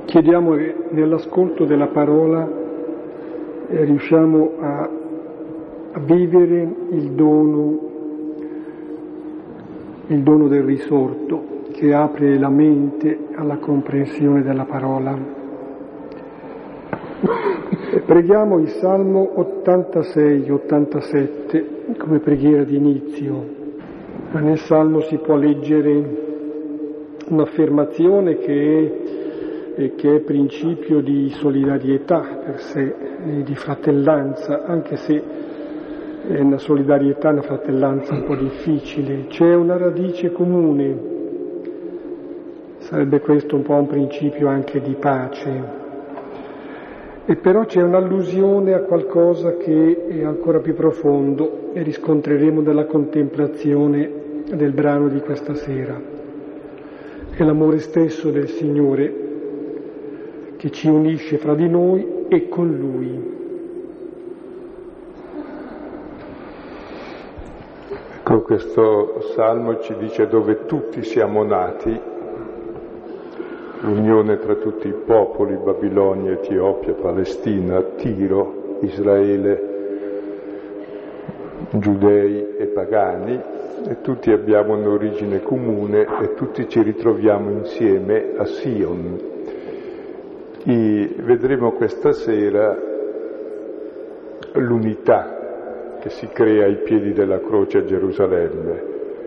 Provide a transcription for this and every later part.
Chiediamo che nell'ascolto della parola riusciamo a vivere il dono del risorto che apre la mente alla comprensione della parola. Preghiamo il Salmo 86-87 come preghiera di inizio. Nel Salmo si può leggere un'affermazione che è principio di solidarietà per sé, di fratellanza, anche se è una solidarietà, una fratellanza un po' difficile. C'è una radice comune, sarebbe questo un po' un principio anche di pace. E però c'è un'allusione a qualcosa che è ancora più profondo e riscontreremo nella contemplazione del brano di questa sera. È l'amore stesso del Signore che ci unisce fra di noi e con Lui. Ecco, questo Salmo ci dice dove tutti siamo nati, l'unione tra tutti i popoli, Babilonia, Etiopia, Palestina, Tiro, Israele, giudei e pagani, e tutti abbiamo un'origine comune e tutti ci ritroviamo insieme a Sion. E vedremo questa sera l'unità che si crea ai piedi della croce a Gerusalemme.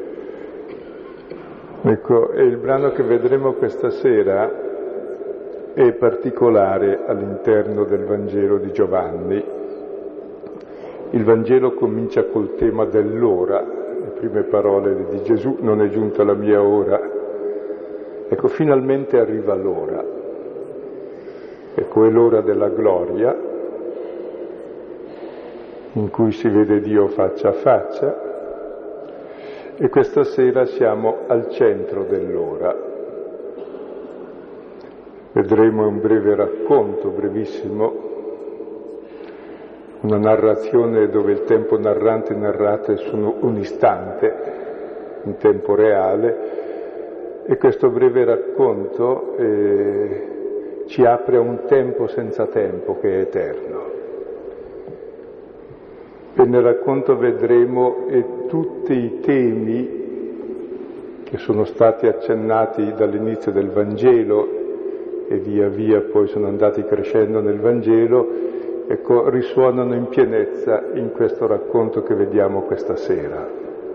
Ecco, e il brano che vedremo questa sera è particolare all'interno del Vangelo di Giovanni. Il Vangelo comincia col tema dell'ora, le prime parole di Gesù: non è giunta la mia ora. Ecco, finalmente arriva l'ora. Ecco, è l'ora della gloria, in cui si vede Dio faccia a faccia, e questa sera siamo al centro dell'ora. Vedremo un breve racconto, brevissimo, una narrazione dove il tempo narrante e narrate sono un istante, in tempo reale, e questo breve racconto ci apre a un tempo senza tempo che è eterno. E nel racconto vedremo tutti i temi che sono stati accennati dall'inizio del Vangelo e via via poi sono andati crescendo nel Vangelo, ecco, risuonano in pienezza in questo racconto che vediamo questa sera.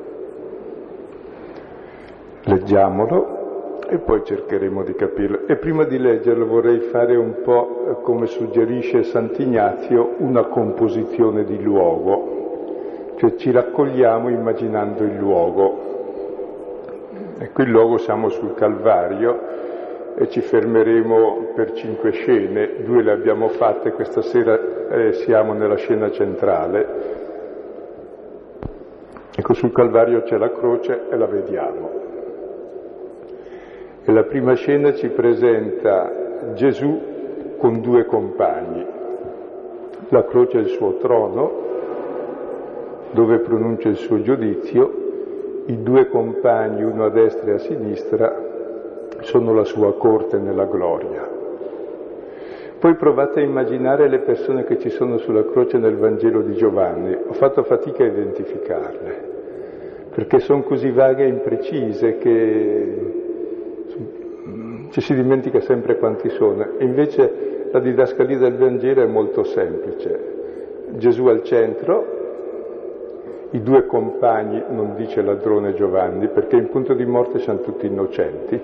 Leggiamolo e poi cercheremo di capirlo. E prima di leggerlo vorrei fare un po', come suggerisce Sant'Ignazio, una composizione di luogo, cioè ci raccogliamo immaginando il luogo. Ecco, il luogo, siamo sul Calvario e ci fermeremo per 5 scene, 2 le abbiamo fatte, questa sera siamo nella scena centrale. Ecco, sul Calvario c'è la croce e la vediamo. E la prima scena ci presenta Gesù con 2 compagni. La croce è il suo trono, dove pronuncia il suo giudizio, i 2 compagni, uno a destra e a sinistra, sono la sua corte nella gloria. Poi provate a immaginare le persone che ci sono sulla croce nel Vangelo di Giovanni. Ho fatto fatica a identificarle, perché sono così vaghe e imprecise che ci si dimentica sempre quanti sono. E invece la didascalia del Vangelo è molto semplice. Gesù al centro, i 2 compagni, non dice ladrone Giovanni, perché in punto di morte siamo tutti innocenti.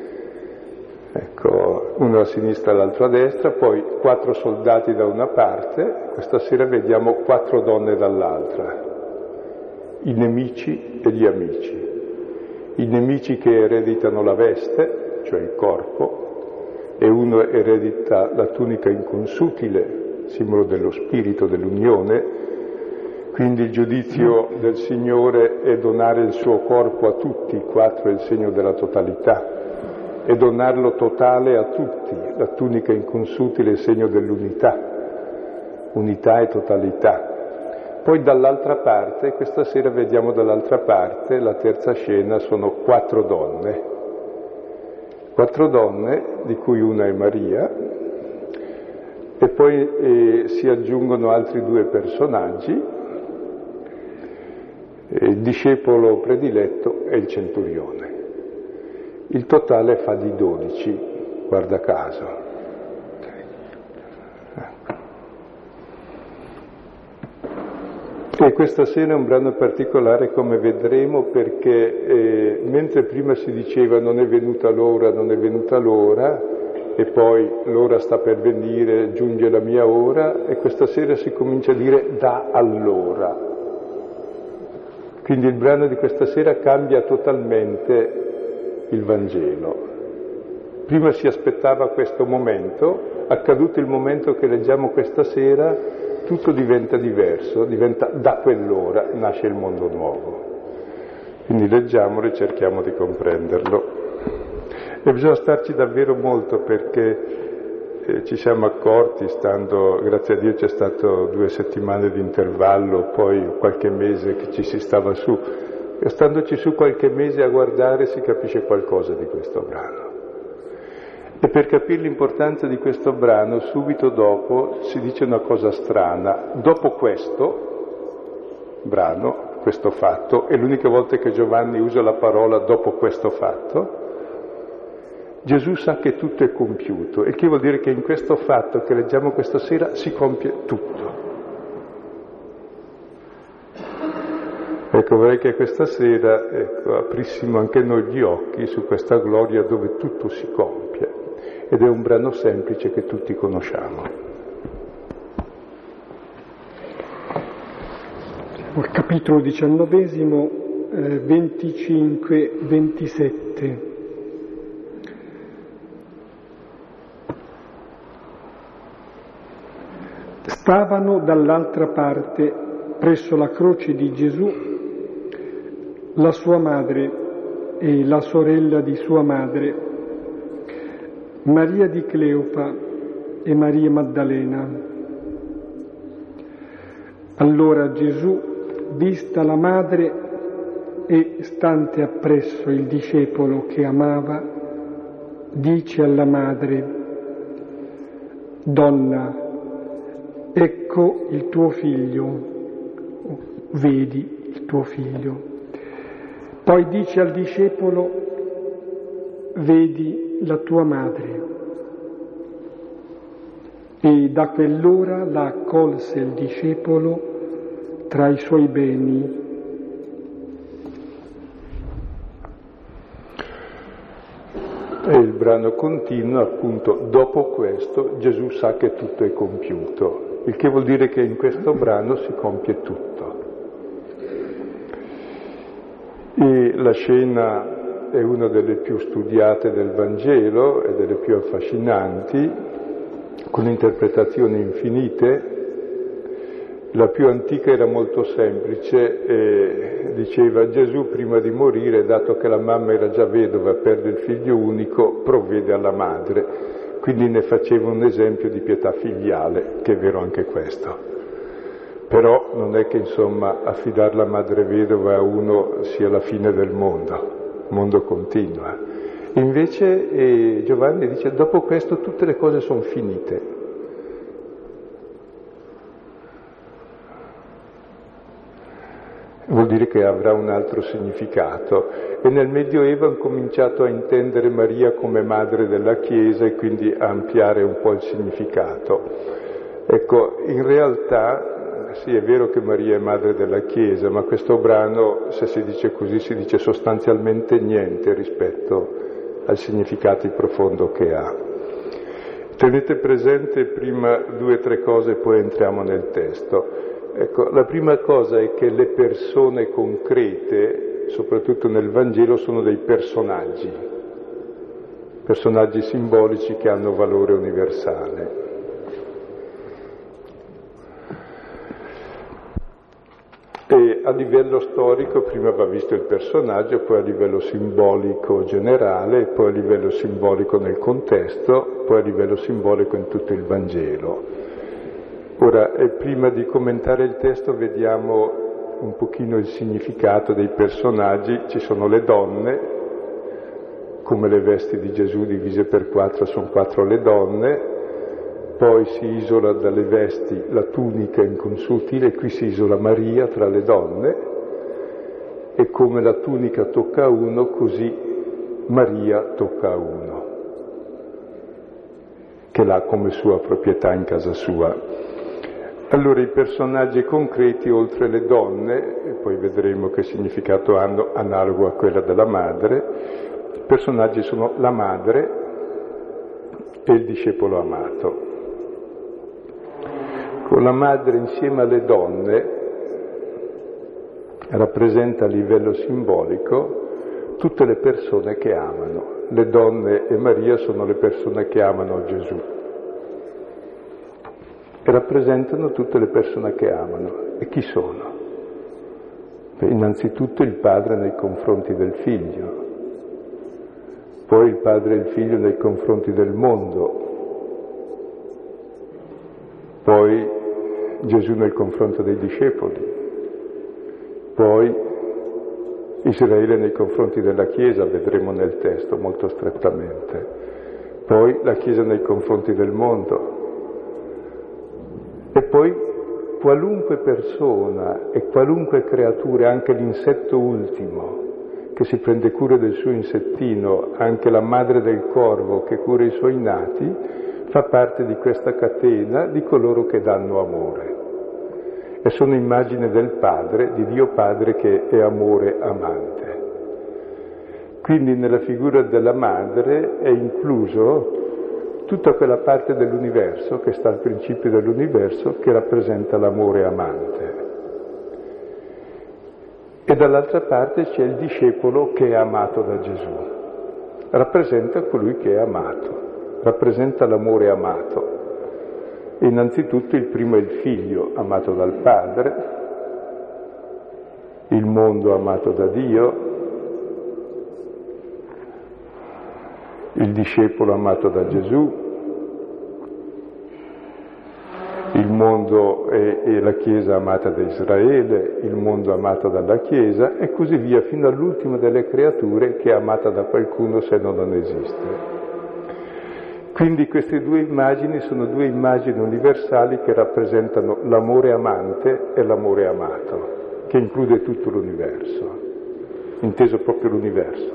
Ecco, uno a sinistra e l'altro a destra, poi 4 soldati da una parte, questa sera vediamo 4 donne dall'altra, i nemici e gli amici. I nemici che ereditano la veste, cioè il corpo, e uno eredita la tunica inconsutile, simbolo dello spirito, dell'unione. Quindi il giudizio del Signore è donare il suo corpo a tutti, 4 è il segno della totalità, e donarlo totale a tutti, la tunica inconsutile è il segno dell'unità, unità e totalità. Poi dall'altra parte, questa sera vediamo dall'altra parte, la terza scena, sono 4 donne. 4 donne, di cui una è Maria, e poi si aggiungono altri 2 personaggi, il discepolo prediletto e il centurione. Il totale fa di 12, guarda caso. E questa sera è un brano particolare, come vedremo, perché mentre prima si diceva non è venuta l'ora, non è venuta l'ora, e poi l'ora sta per venire, giunge la mia ora, e questa sera si comincia a dire da allora. Quindi il brano di questa sera cambia totalmente il Vangelo. Prima si aspettava questo momento, accaduto il momento che leggiamo questa sera, tutto diventa diverso, diventa da quell'ora, nasce il mondo nuovo. Quindi leggiamolo e cerchiamo di comprenderlo. E bisogna starci davvero molto, perché ci siamo accorti, grazie a Dio c'è stato 2 settimane di intervallo, poi qualche mese che ci si stava su, e standoci su qualche mese a guardare si capisce qualcosa di questo brano. E per capire l'importanza di questo brano, subito dopo si dice una cosa strana. Dopo questo brano, questo fatto, è l'unica volta che Giovanni usa la parola dopo questo fatto, Gesù sa che tutto è compiuto, il che vuol dire che in questo fatto che leggiamo questa sera si compie tutto. Ecco, vorrei che questa sera aprissimo anche noi gli occhi su questa gloria dove tutto si compie. Ed è un brano semplice che tutti conosciamo. Il capitolo 19, 25-27. Stavano dall'altra parte, presso la croce di Gesù, la sua madre e la sorella di sua madre, Maria di Cleofa e Maria Maddalena. Allora Gesù, vista la madre e stante appresso il discepolo che amava, dice alla madre: Donna, ecco il tuo figlio, vedi il tuo figlio. Poi dice al discepolo: vedi la tua madre. E da quell'ora la accolse il discepolo tra i suoi beni. E il brano continua, appunto, dopo questo Gesù sa che tutto è compiuto, il che vuol dire che in questo brano si compie tutto. E la scena è una delle più studiate del Vangelo e delle più affascinanti, con interpretazioni infinite. La più antica era molto semplice e diceva: Gesù prima di morire, dato che la mamma era già vedova, perde il figlio unico, provvede alla madre. Quindi ne faceva un esempio di pietà filiale, che è vero anche questo. Però non è che, insomma, affidare la madre vedova a uno sia la fine del mondo. Il mondo continua. Invece Giovanni dice: dopo questo tutte le cose sono finite. Vuol dire che avrà un altro significato. E nel Medioevo hanno cominciato a intendere Maria come madre della Chiesa e quindi a ampliare un po' il significato. Ecco, in realtà sì, è vero che Maria è madre della Chiesa, ma questo brano, se si dice così, si dice sostanzialmente niente rispetto al significato profondo che ha. Tenete presente prima 2 o 3 cose, poi entriamo nel testo. Ecco, la prima cosa è che le persone concrete, soprattutto nel Vangelo, sono dei personaggi simbolici che hanno valore universale. E a livello storico prima va visto il personaggio, poi a livello simbolico generale, poi a livello simbolico nel contesto, poi a livello simbolico in tutto il Vangelo. Ora, prima di commentare il testo vediamo un pochino il significato dei personaggi. Ci sono le donne, come le vesti di Gesù divise per 4, sono 4 le donne, poi si isola dalle vesti la tunica inconsutile, e qui si isola Maria tra le donne, e come la tunica tocca a uno, così Maria tocca a uno, che l'ha come sua proprietà in casa sua. Allora i personaggi concreti, oltre le donne, e poi vedremo che significato hanno, analogo a quella della madre, i personaggi sono la madre e il discepolo amato. Con la madre insieme alle donne rappresenta a livello simbolico tutte le persone che amano. Le donne e Maria sono le persone che amano Gesù. E rappresentano tutte le persone che amano. E chi sono? Beh, innanzitutto il padre nei confronti del figlio, poi il padre e il figlio nei confronti del mondo, poi Gesù nel confronto dei discepoli, poi Israele nei confronti della Chiesa, vedremo nel testo molto strettamente, poi la Chiesa nei confronti del mondo. E poi qualunque persona e qualunque creatura, anche l'insetto ultimo che si prende cura del suo insettino, anche la madre del corvo che cura i suoi nati, fa parte di questa catena di coloro che danno amore. E sono immagine del Padre, di Dio Padre che è amore amante. Quindi nella figura della madre è incluso tutta quella parte dell'universo che sta al principio dell'universo, che rappresenta l'amore amante. E dall'altra parte c'è il discepolo che è amato da Gesù. Rappresenta colui che è amato, rappresenta l'amore amato. E innanzitutto il primo è il figlio amato dal Padre, il mondo amato da Dio, il discepolo amato da Gesù, il mondo e la Chiesa amata da Israele, il mondo amato dalla Chiesa e così via, fino all'ultima delle creature che è amata da qualcuno se no non esiste. Quindi queste due immagini sono due immagini universali che rappresentano l'amore amante e l'amore amato, che include tutto l'universo, inteso proprio l'universo.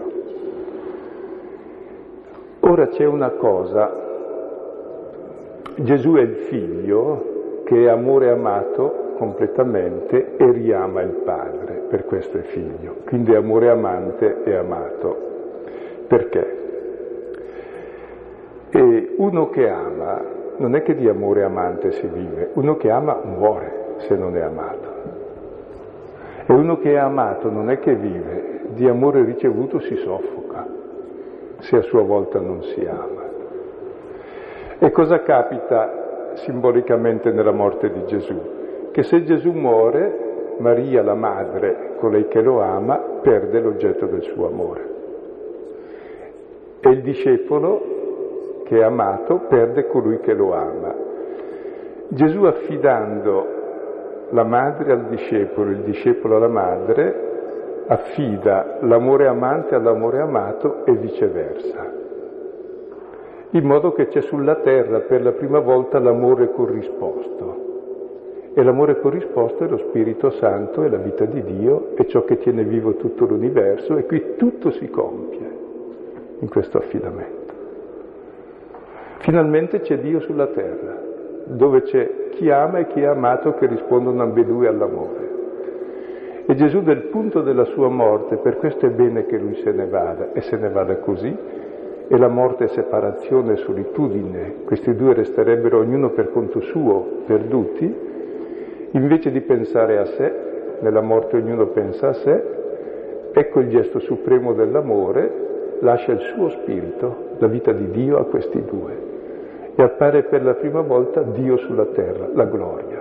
Ora c'è una cosa, Gesù è il figlio che è amore amato completamente e riama il Padre, per questo è figlio, quindi è amore amante e amato. Perché? E uno che ama non è che di amore amante si vive, uno che ama muore se non è amato. E uno che è amato non è che vive, di amore ricevuto si soffoca, se a sua volta non si ama. E cosa capita simbolicamente nella morte di Gesù? Che se Gesù muore, Maria, la madre, colei che lo ama, perde l'oggetto del suo amore. E il discepolo che è amato perde colui che lo ama. Gesù, affidando la madre al discepolo, il discepolo alla madre, affida l'amore amante all'amore amato e viceversa. In modo che c'è sulla terra per la prima volta l'amore corrisposto. E l'amore corrisposto è lo Spirito Santo, è la vita di Dio, è ciò che tiene vivo tutto l'universo, e qui tutto si compie in questo affidamento. Finalmente c'è Dio sulla terra, dove c'è chi ama e chi è amato che rispondono ambedue all'amore. E Gesù del punto della sua morte, per questo è bene che lui se ne vada, e se ne vada così, e la morte è separazione e solitudine, questi due resterebbero ognuno per conto suo, perduti, invece di pensare a sé, nella morte ognuno pensa a sé, ecco il gesto supremo dell'amore, lascia il suo spirito, la vita di Dio a questi due, e appare per la prima volta Dio sulla terra, la gloria.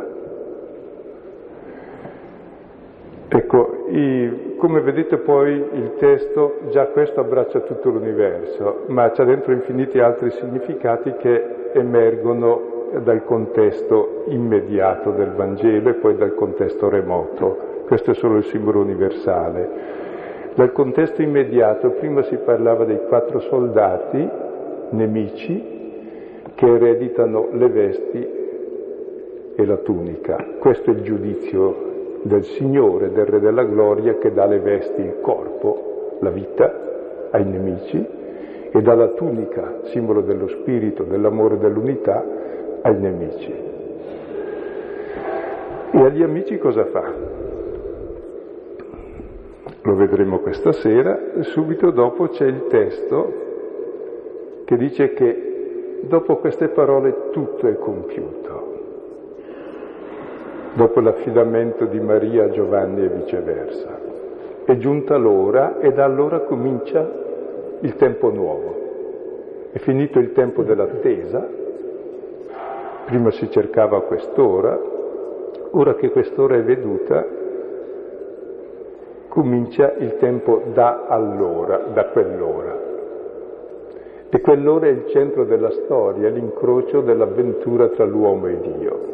Ecco, come vedete poi il testo, già questo abbraccia tutto l'universo, ma c'ha dentro infiniti altri significati che emergono dal contesto immediato del Vangelo e poi dal contesto remoto. Questo è solo il simbolo universale. Dal contesto immediato, prima si parlava dei 4 soldati nemici che ereditano le vesti e la tunica. Questo è il giudizio del Signore, del Re della Gloria, che dà le vesti, il corpo, la vita ai nemici, e dà la tunica, simbolo dello spirito, dell'amore, dell'unità, ai nemici. E agli amici cosa fa? Lo vedremo questa sera. Subito dopo c'è il testo che dice che dopo queste parole tutto è compiuto. Dopo l'affidamento di Maria a Giovanni e viceversa. È giunta l'ora e da allora comincia il tempo nuovo. È finito il tempo dell'attesa, prima si cercava quest'ora, ora che quest'ora è veduta, comincia il tempo da allora, da quell'ora. E quell'ora è il centro della storia, l'incrocio dell'avventura tra l'uomo e Dio.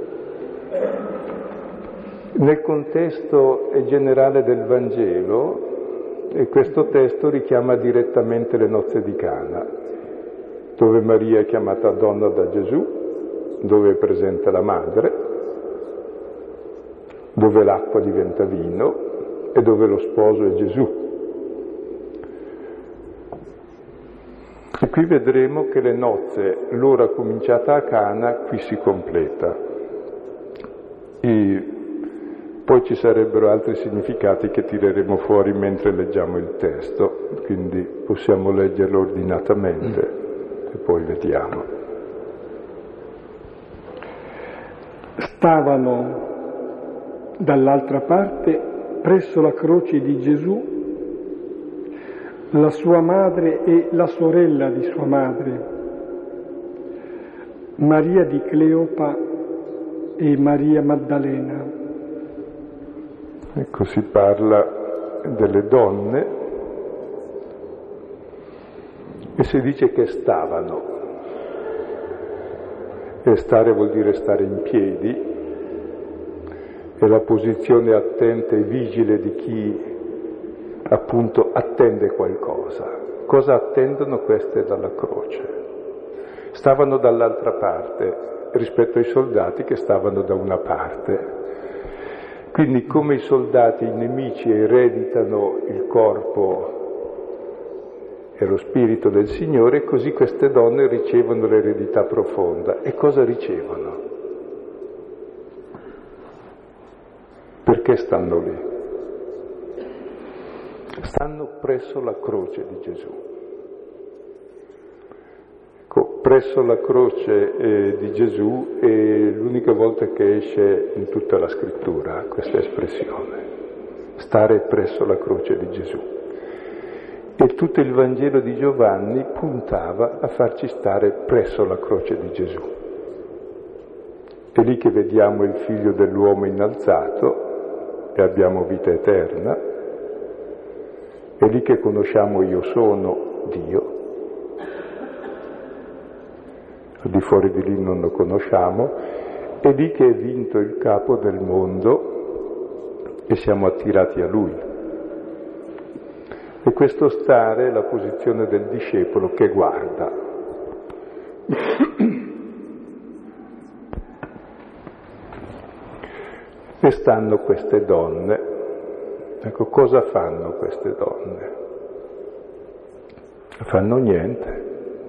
Nel contesto generale del Vangelo, questo testo richiama direttamente le nozze di Cana, dove Maria è chiamata donna da Gesù, dove è presente la madre, dove l'acqua diventa vino e dove lo sposo è Gesù. E qui vedremo che le nozze, l'ora cominciata a Cana, qui si completa. E poi ci sarebbero altri significati che tireremo fuori mentre leggiamo il testo, quindi possiamo leggerlo ordinatamente e poi vediamo. Stavano dall'altra parte, presso la croce di Gesù, la sua madre e la sorella di sua madre, Maria di Cleopa e Maria Maddalena. Ecco, si parla delle donne e si dice che stavano. E stare vuol dire stare in piedi, è la posizione attenta e vigile di chi appunto attende qualcosa. Cosa attendono queste dalla croce? Stavano dall'altra parte rispetto ai soldati che stavano da una parte. Quindi come i soldati, i nemici ereditano il corpo e lo spirito del Signore, così queste donne ricevono l'eredità profonda. E cosa ricevono? Perché stanno lì? Stanno presso la croce di Gesù. Ecco, presso la croce di Gesù è l'unica volta che esce in tutta la scrittura questa espressione, stare presso la croce di Gesù. E tutto il Vangelo di Giovanni puntava a farci stare presso la croce di Gesù. È lì che vediamo il Figlio dell'uomo innalzato e abbiamo vita eterna. È lì che conosciamo io sono Dio. Al di fuori di lì non lo conosciamo. È lì che è vinto il capo del mondo e siamo attirati a Lui. E questo stare è la posizione del discepolo che guarda. E stanno queste donne. Ecco, cosa fanno queste donne? Fanno niente.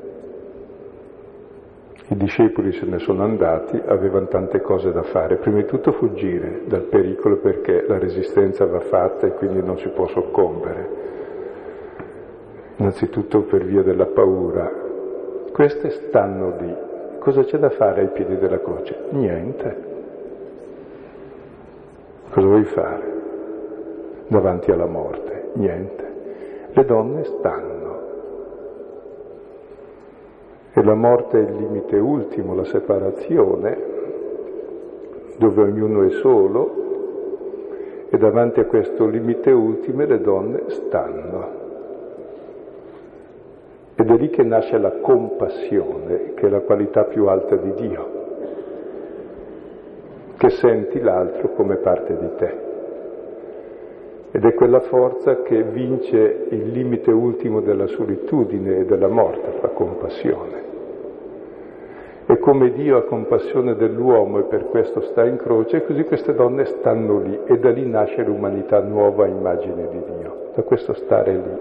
I discepoli se ne sono andati, avevano tante cose da fare. Prima di tutto fuggire dal pericolo, perché la resistenza va fatta e quindi non si può soccombere. Innanzitutto per via della paura. Queste stanno lì. Cosa c'è da fare ai piedi della croce? Niente. Cosa vuoi fare davanti alla morte? Niente. Le donne stanno. E la morte è il limite ultimo, la separazione, dove ognuno è solo, e davanti a questo limite ultimo le donne stanno. Ed è lì che nasce la compassione, che è la qualità più alta di Dio, che senti l'altro come parte di te. Ed è quella forza che vince il limite ultimo della solitudine e della morte, la compassione. E come Dio ha compassione dell'uomo e per questo sta in croce, così queste donne stanno lì e da lì nasce l'umanità nuova a immagine di Dio, da questo stare lì.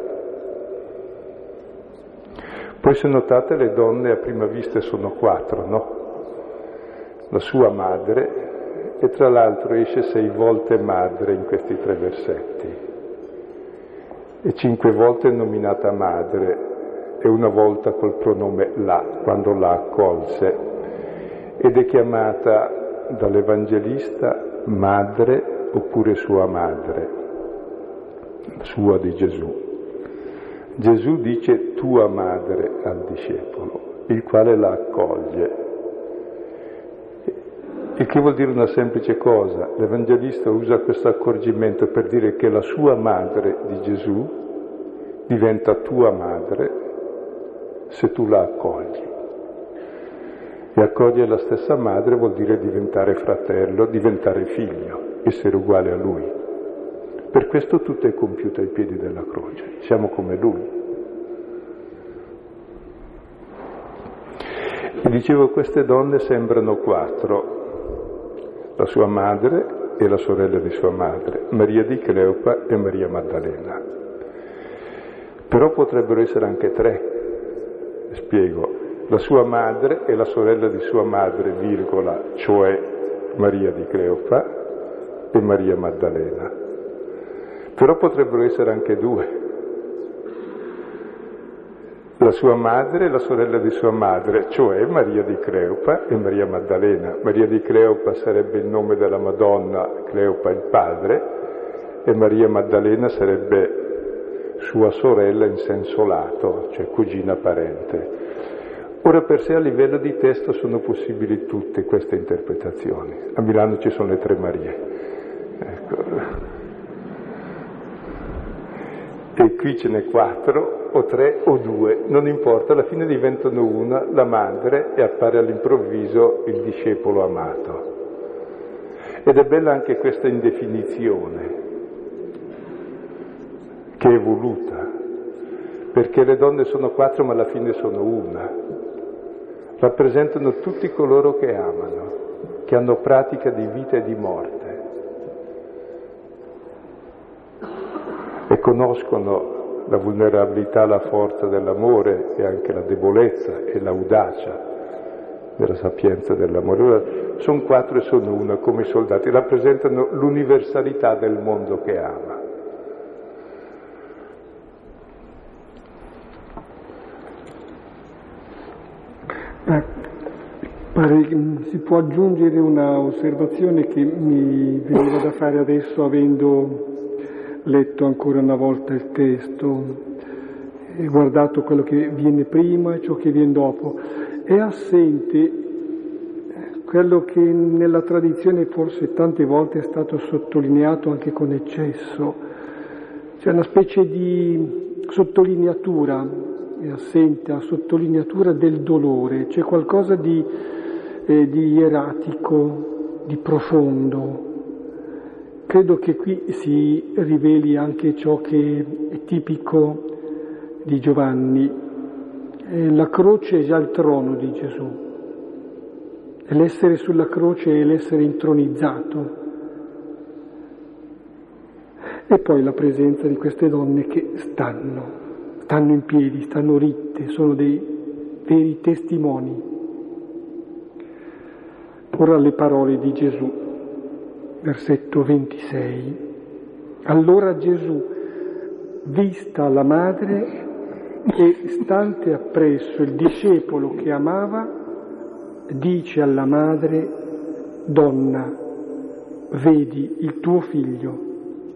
Poi se notate le donne a prima vista sono 4, no? La sua madre, e tra l'altro esce 6 volte madre in questi 3 versetti, e 5 volte è nominata madre, e una volta col pronome la, quando la accolse, ed è chiamata dall'Evangelista madre oppure sua madre, sua di Gesù. Gesù dice tua madre al discepolo, il quale la accoglie. Il che vuol dire una semplice cosa, l'Evangelista usa questo accorgimento per dire che la sua madre di Gesù diventa tua madre se tu la accogli. E accogliere la stessa madre vuol dire diventare fratello, diventare figlio, essere uguale a Lui. Per questo tutto è compiuto ai piedi della croce, siamo come Lui. E dicevo, queste donne sembrano 4. La sua madre e la sorella di sua madre, Maria di Cleopa e Maria Maddalena. Però potrebbero essere anche 3, spiego, la sua madre e la sorella di sua madre, virgola, cioè Maria di Cleopa e Maria Maddalena. Però potrebbero essere anche 2. La sua madre e la sorella di sua madre, cioè Maria di Cleopa e Maria Maddalena. Maria di Cleopa sarebbe il nome della Madonna, Cleopa il padre, e Maria Maddalena sarebbe sua sorella in senso lato, cioè cugina parente. Ora per sé a livello di testo sono possibili tutte queste interpretazioni. A Milano ci sono le 3 Marie. Ecco. E qui ce n'è 4, o 3 o 2, non importa, alla fine diventano una, la madre, e appare all'improvviso il discepolo amato. Ed è bella anche questa indefinizione, che è voluta, perché le donne sono 4 ma alla fine sono una. Rappresentano tutti coloro che amano, che hanno pratica di vita e di morte. E conoscono la vulnerabilità, la forza dell'amore e anche la debolezza e l'audacia della sapienza dell'amore. Sono 4 e sono una, come i soldati, rappresentano l'universalità del mondo che ama. Pare che si può aggiungere una osservazione che mi veniva da fare adesso, avendo letto ancora una volta il testo e guardato quello che viene prima e ciò che viene dopo. È assente quello che nella tradizione forse tante volte è stato sottolineato anche con eccesso. C'è una specie di sottolineatura, è assente la sottolineatura del dolore, c'è qualcosa di ieratico, di profondo. Credo che qui si riveli anche ciò che è tipico di Giovanni. La croce è già il trono di Gesù, e l'essere sulla croce è l'essere intronizzato. E poi la presenza di queste donne che stanno in piedi, stanno ritte, sono dei veri testimoni. Ora le parole di Gesù, versetto 26. Allora Gesù, vista la madre e stante appresso il discepolo che amava, dice alla madre: Donna, vedi il tuo figlio.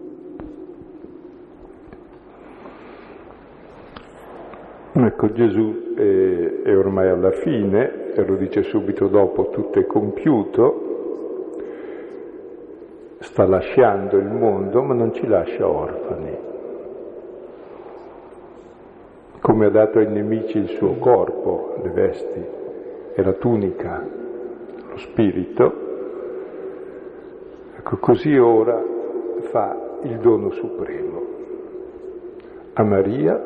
Ecco, Gesù è ormai alla fine, e lo dice subito dopo, tutto è compiuto, sta lasciando il mondo, ma non ci lascia orfani. Come ha dato ai nemici il suo corpo, le vesti e la tunica, lo spirito, ecco, così ora fa il dono supremo a Maria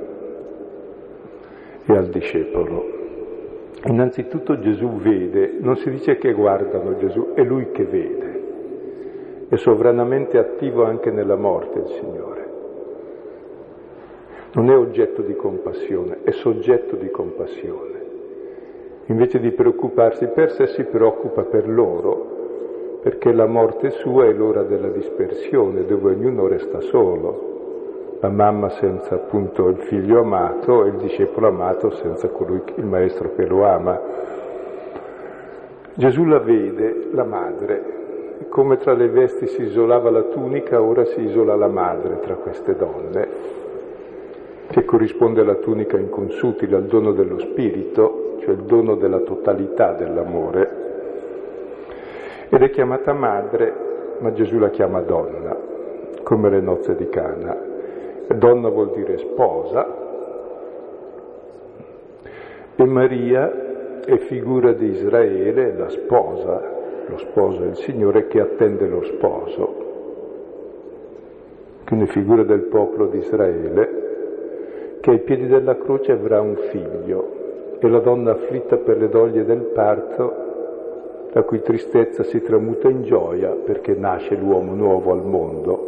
e al discepolo. Innanzitutto Gesù vede, non si dice che guardano Gesù, è Lui che vede, è sovranamente attivo anche nella morte il Signore. Non è oggetto di compassione, è soggetto di compassione. Invece di preoccuparsi per sé, si preoccupa per loro, perché la morte sua è l'ora della dispersione, dove ognuno resta solo. La mamma senza appunto il figlio amato e il discepolo amato senza colui, il maestro che lo ama. Gesù la vede, la madre, come tra le vesti si isolava la tunica, ora si isola la madre tra queste donne, che corrisponde alla tunica inconsutile, al dono dello spirito, cioè il dono della totalità dell'amore. Ed è chiamata madre, ma Gesù la chiama donna, come le nozze di Cana. Donna vuol dire sposa, e Maria è figura di Israele, la sposa, lo sposo è il Signore che attende lo sposo, quindi figura del popolo di Israele, che ai piedi della croce avrà un figlio, e la donna afflitta per le doglie del parto, la cui tristezza si tramuta in gioia perché nasce l'uomo nuovo al mondo.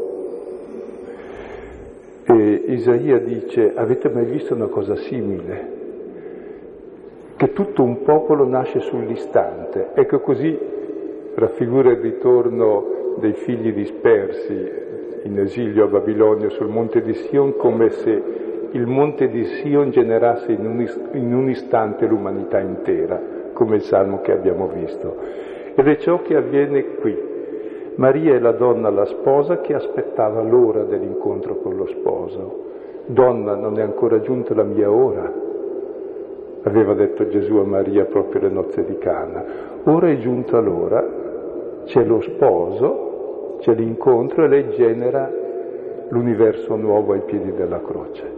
E Isaia dice: avete mai visto una cosa simile? Che tutto un popolo nasce sull'istante. Ecco, così raffigura il ritorno dei figli dispersi in esilio a Babilonia sul monte di Sion, come se il monte di Sion generasse in un istante l'umanità intera, come il salmo che abbiamo visto. Ed è ciò che avviene qui. Maria è la donna, la sposa, che aspettava l'ora dell'incontro con lo sposo. Donna, non è ancora giunta la mia ora, aveva detto Gesù a Maria proprio alle nozze di Cana. Ora è giunta l'ora, c'è lo sposo, c'è l'incontro e lei genera l'universo nuovo ai piedi della croce.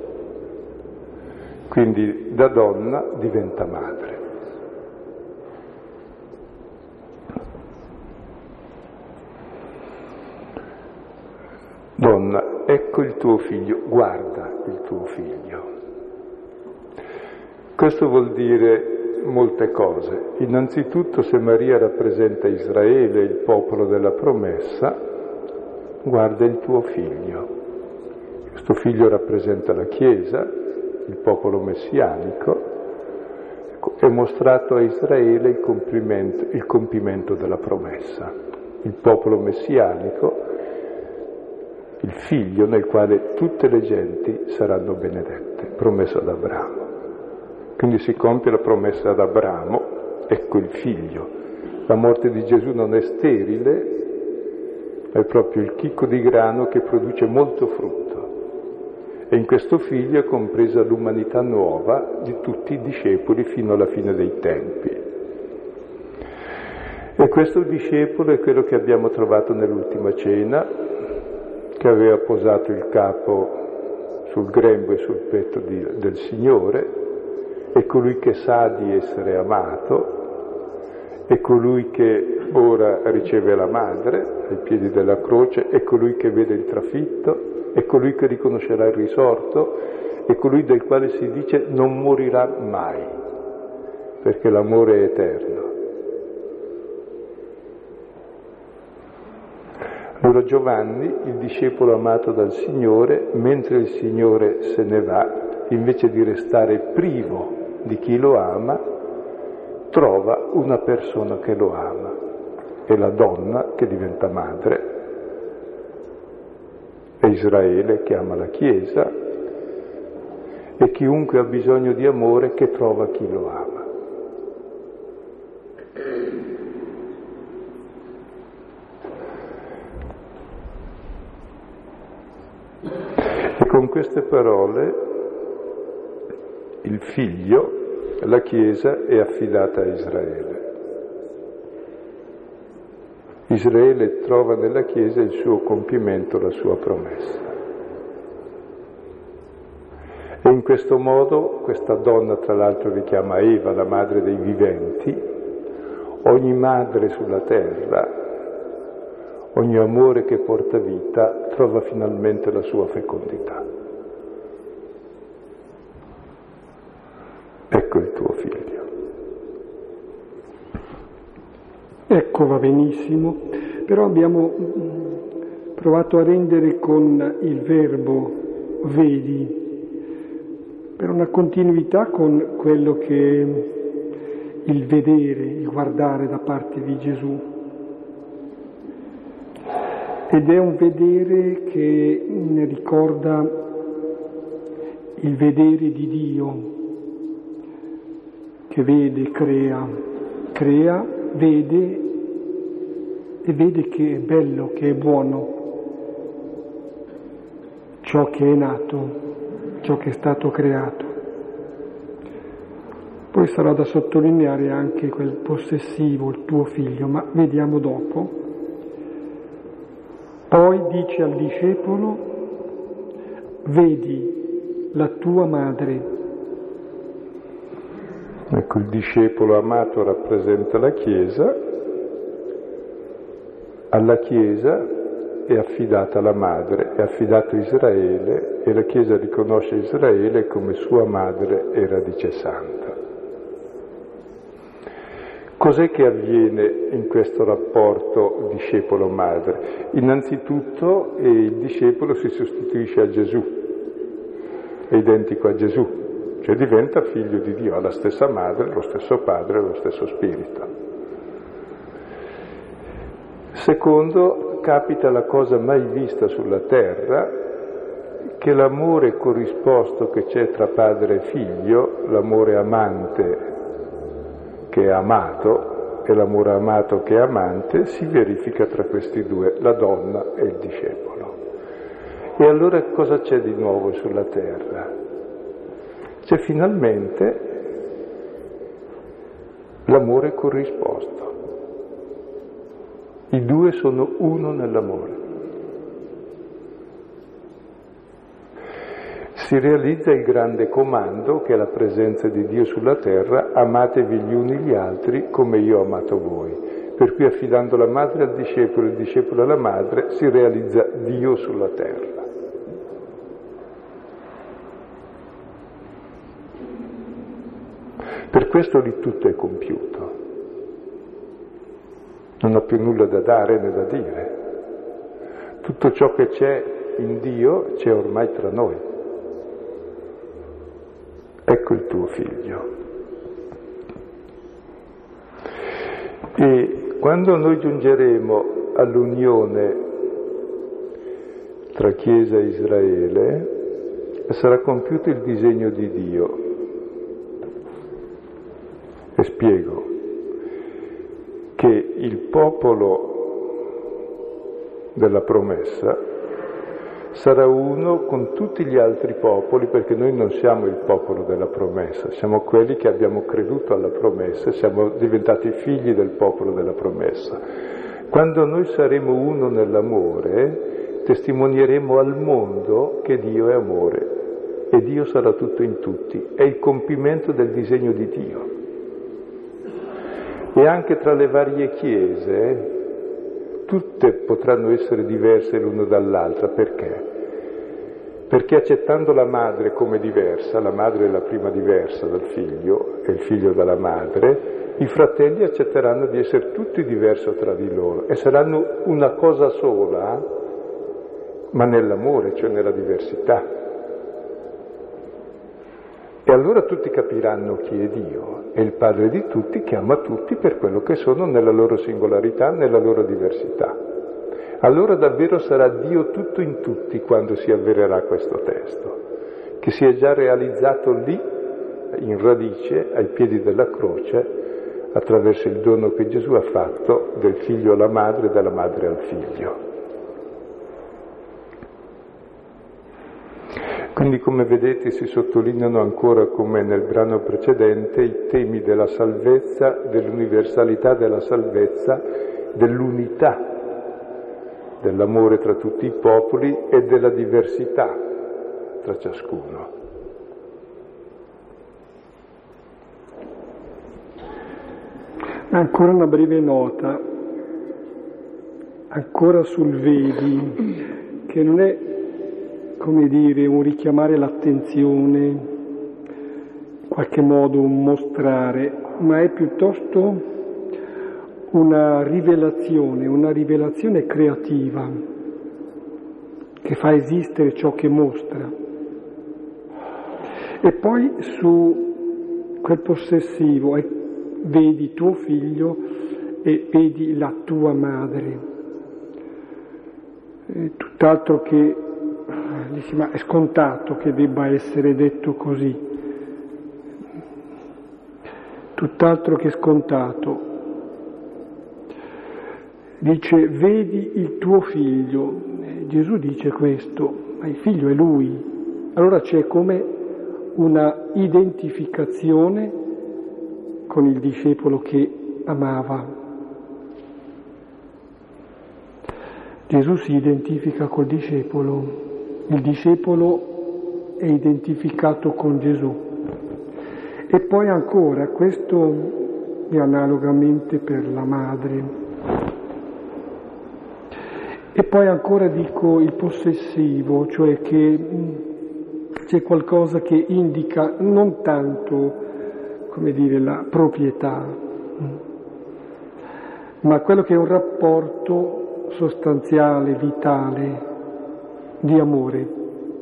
Quindi da donna diventa madre. Donna, ecco il tuo figlio, guarda il tuo figlio. Questo vuol dire molte cose. Innanzitutto, se Maria rappresenta Israele, il popolo della promessa, guarda il tuo figlio. Questo figlio rappresenta la Chiesa, il popolo messianico, è mostrato a Israele il compimento della promessa. Il popolo messianico, il figlio nel quale tutte le genti saranno benedette, promesso ad Abramo. Quindi si compie la promessa ad Abramo, ecco il figlio. La morte di Gesù non è sterile, è proprio il chicco di grano che produce molto frutto. E in questo figlio è compresa l'umanità nuova di tutti i discepoli fino alla fine dei tempi. E questo discepolo è quello che abbiamo trovato nell'ultima cena, che aveva posato il capo sul grembo e sul petto del Signore, è colui che sa di essere amato, è colui che ora riceve la madre ai piedi della croce, è colui che vede il trafitto, è colui che riconoscerà il risorto, è colui del quale si dice non morirà mai, perché l'amore è eterno. Allora Giovanni, il discepolo amato dal Signore, mentre il Signore se ne va, invece di restare privo di chi lo ama, trova una persona che lo ama. È la donna che diventa madre, è Israele che ama la Chiesa, e chiunque ha bisogno di amore che trova chi lo ama. E con queste parole il figlio, la Chiesa, è affidata a Israele. Israele trova nella Chiesa il suo compimento, la sua promessa. E in questo modo questa donna, tra l'altro, richiama Eva, la madre dei viventi. Ogni madre sulla terra, ogni amore che porta vita trova finalmente la sua fecondità. Ecco il tuo figlio. Ecco, va benissimo, però abbiamo provato a rendere con il verbo vedi, per una continuità con quello che è il vedere, il guardare da parte di Gesù. Ed è un vedere che ne ricorda il vedere di Dio, che vede, crea, vede e vede che è bello, che è buono ciò che è nato, ciò che è stato creato. Poi sarà da sottolineare anche quel possessivo, il tuo figlio, ma vediamo dopo. Poi dice al discepolo, vedi la tua madre. Ecco, il discepolo amato rappresenta la Chiesa, alla Chiesa è affidata la madre, è affidato Israele e la Chiesa riconosce Israele come sua madre e radice santa. Cos'è che avviene in questo rapporto discepolo-madre? Innanzitutto il discepolo si sostituisce a Gesù, è identico a Gesù, cioè diventa figlio di Dio, ha la stessa madre, lo stesso padre, lo stesso spirito. Secondo, capita la cosa mai vista sulla terra, che l'amore corrisposto che c'è tra padre e figlio, l'amore amante che è amato e l'amore amato che è amante, si verifica tra questi due, la donna e il discepolo. E allora cosa c'è di nuovo sulla terra? C'è finalmente l'amore corrisposto. I due sono uno nell'amore. Si realizza il grande comando che è la presenza di Dio sulla terra, amatevi gli uni gli altri come io ho amato voi. Per cui affidando la madre al discepolo e il discepolo alla madre si realizza Dio sulla terra. Per questo lì tutto è compiuto. Non ho più nulla da dare né da dire. Tutto ciò che c'è in Dio c'è ormai tra noi. Ecco il tuo figlio. E quando noi giungeremo all'unione tra Chiesa e Israele, sarà compiuto il disegno di Dio. E spiego che il popolo della promessa sarà uno con tutti gli altri popoli, perché noi non siamo il popolo della promessa, siamo quelli che abbiamo creduto alla promessa, siamo diventati figli del popolo della promessa. Quando noi saremo uno nell'amore, testimonieremo al mondo che Dio è amore e Dio sarà tutto in tutti, è il compimento del disegno di Dio. E anche tra le varie chiese, tutte potranno essere diverse l'una dall'altra. Perché? Perché accettando la madre come diversa, la madre è la prima diversa dal figlio e il figlio dalla madre, i fratelli accetteranno di essere tutti diversi tra di loro e saranno una cosa sola, ma nell'amore, cioè nella diversità. E allora tutti capiranno chi è Dio, è il Padre di tutti che ama tutti per quello che sono nella loro singolarità, nella loro diversità. Allora davvero sarà Dio tutto in tutti quando si avvererà questo testo, che si è già realizzato lì, in radice, ai piedi della croce, attraverso il dono che Gesù ha fatto del figlio alla madre e dalla madre al figlio. Quindi, come vedete, si sottolineano ancora, come nel brano precedente, i temi della salvezza, dell'universalità della salvezza, dell'unità, dell'amore tra tutti i popoli e della diversità tra ciascuno. Ancora una breve nota. ancora sul vedi, che non è, come dire, un richiamare l'attenzione, in qualche modo un mostrare, ma è piuttosto una rivelazione creativa che fa esistere ciò che mostra. E poi su quel possessivo, vedi tuo figlio e vedi la tua madre. Tutt'altro che, dici, ma è scontato che debba essere detto così. Tutt'altro che scontato. Dice, vedi il tuo figlio. Gesù dice questo, ma il figlio è lui. Allora c'è come una identificazione con il discepolo che amava. Gesù si identifica col discepolo, il discepolo è identificato con Gesù. E poi ancora, questo è analogamente per la madre. E poi ancora dico il possessivo, cioè che c'è qualcosa che indica non tanto, come dire, la proprietà, ma quello che è un rapporto sostanziale, vitale, di amore.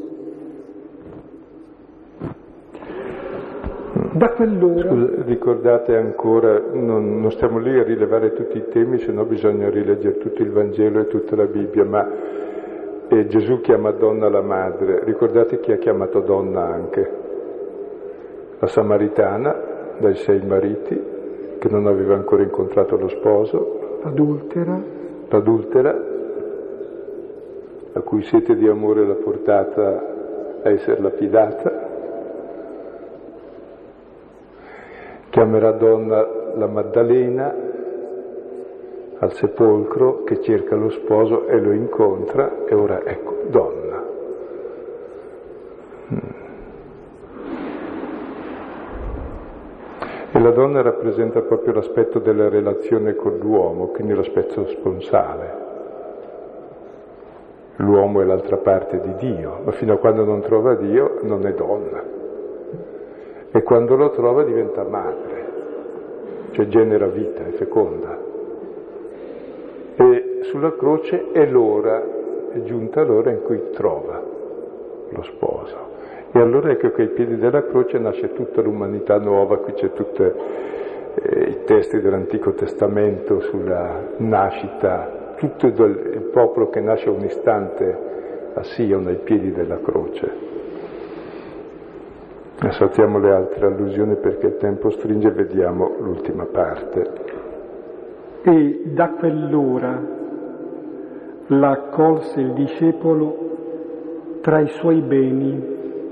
Da quell'ora... Scusa, ricordate ancora, non stiamo lì a rilevare tutti i temi, se no bisogna rileggere tutto il Vangelo e tutta la Bibbia, ma Gesù chiama donna la madre. Ricordate chi ha chiamato donna anche? La Samaritana, dai 6 mariti, che non aveva ancora incontrato lo sposo. L'adultera, a cui sete di amore l'ha portata a essere lapidata. Chiamerà donna la Maddalena al sepolcro, che cerca lo sposo e lo incontra, e ora ecco, donna. E la donna rappresenta proprio l'aspetto della relazione con l'uomo, quindi l'aspetto sponsale. L'uomo è l'altra parte di Dio, ma fino a quando non trova Dio non è donna. E quando lo trova diventa madre, cioè genera vita, è feconda. E sulla croce è giunta l'ora in cui trova lo sposo. E allora ecco che ai piedi della croce nasce tutta l'umanità nuova, qui c'è tutti i testi dell'Antico Testamento sulla nascita, tutto il popolo che nasce un istante a Sion ai piedi della croce. Saltiamo le altre allusioni perché il tempo stringe e vediamo l'ultima parte. E da quell'ora la accolse il discepolo tra i suoi beni.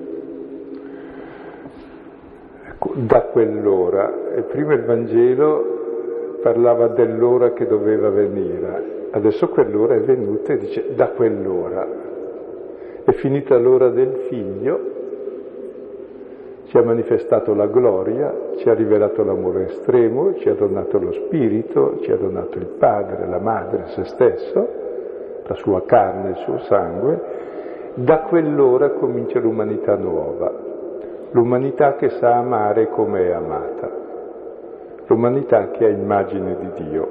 Ecco, da quell'ora. E prima il Vangelo parlava dell'ora che doveva venire, adesso quell'ora è venuta e dice da quell'ora. È finita l'ora del Figlio, ci ha manifestato la gloria, ci ha rivelato l'amore estremo, ci ha donato lo Spirito, ci ha donato il Padre, la Madre, se stesso, la sua carne, il suo sangue. Da quell'ora comincia l'umanità nuova, l'umanità che sa amare come è amata, l'umanità che ha immagine di Dio.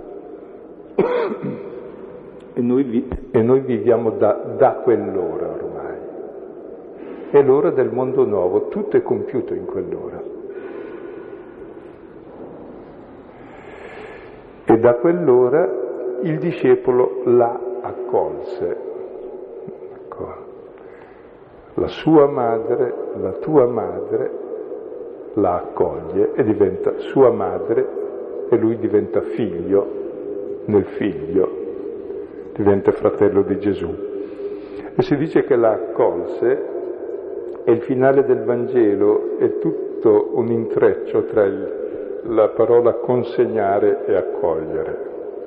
E noi viviamo da quell'ora ormai. È l'ora del mondo nuovo, tutto è compiuto in quell'ora. E da quell'ora il discepolo la accolse. Ecco. La sua madre, la tua madre, la accoglie e diventa sua madre e lui diventa figlio nel figlio, diventa fratello di Gesù. E si dice che la accolse. E il finale del Vangelo è tutto un intreccio tra la parola consegnare e accogliere.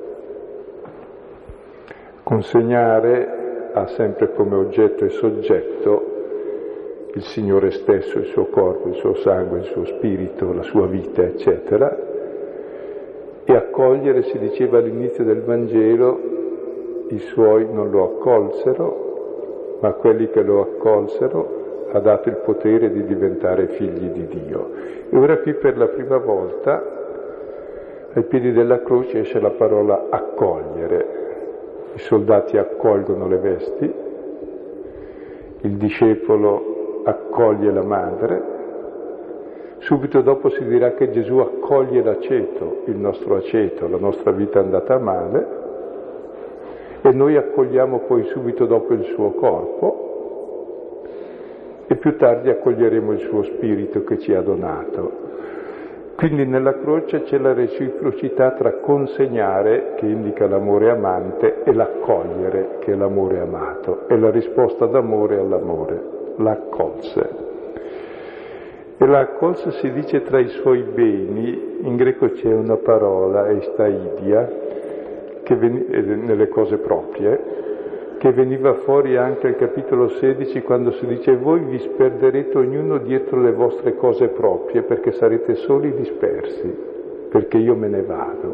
Consegnare ha sempre come oggetto e soggetto il Signore stesso, il suo corpo, il suo sangue, il suo spirito, la sua vita, eccetera. E accogliere, si diceva all'inizio del Vangelo, i suoi non lo accolsero, ma a quelli che lo accolsero ha dato il potere di diventare figli di Dio. E ora qui per la prima volta ai piedi della croce esce la parola accogliere. I soldati accolgono le vesti, il discepolo accoglie la madre, subito dopo si dirà che Gesù accoglie l'aceto, il nostro aceto, la nostra vita andata male, e noi accogliamo poi subito dopo il suo corpo e più tardi accoglieremo il suo spirito che ci ha donato. Quindi nella croce c'è la reciprocità tra consegnare, che indica l'amore amante, e l'accogliere, che è l'amore amato. È la risposta d'amore all'amore, l'accolse. E l'accolse si dice tra i suoi beni, in greco c'è una parola, eistaidia, nelle cose proprie, che veniva fuori anche al capitolo 16 quando si dice voi vi sperderete ognuno dietro le vostre cose proprie perché sarete soli dispersi, perché io me ne vado.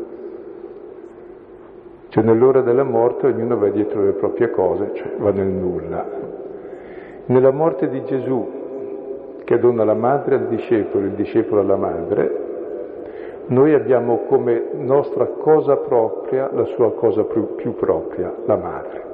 Cioè nell'ora della morte ognuno va dietro le proprie cose, cioè va nel nulla. Nella morte di Gesù, che dona la madre al discepolo, il discepolo alla madre, noi abbiamo come nostra cosa propria la sua cosa più propria, la madre.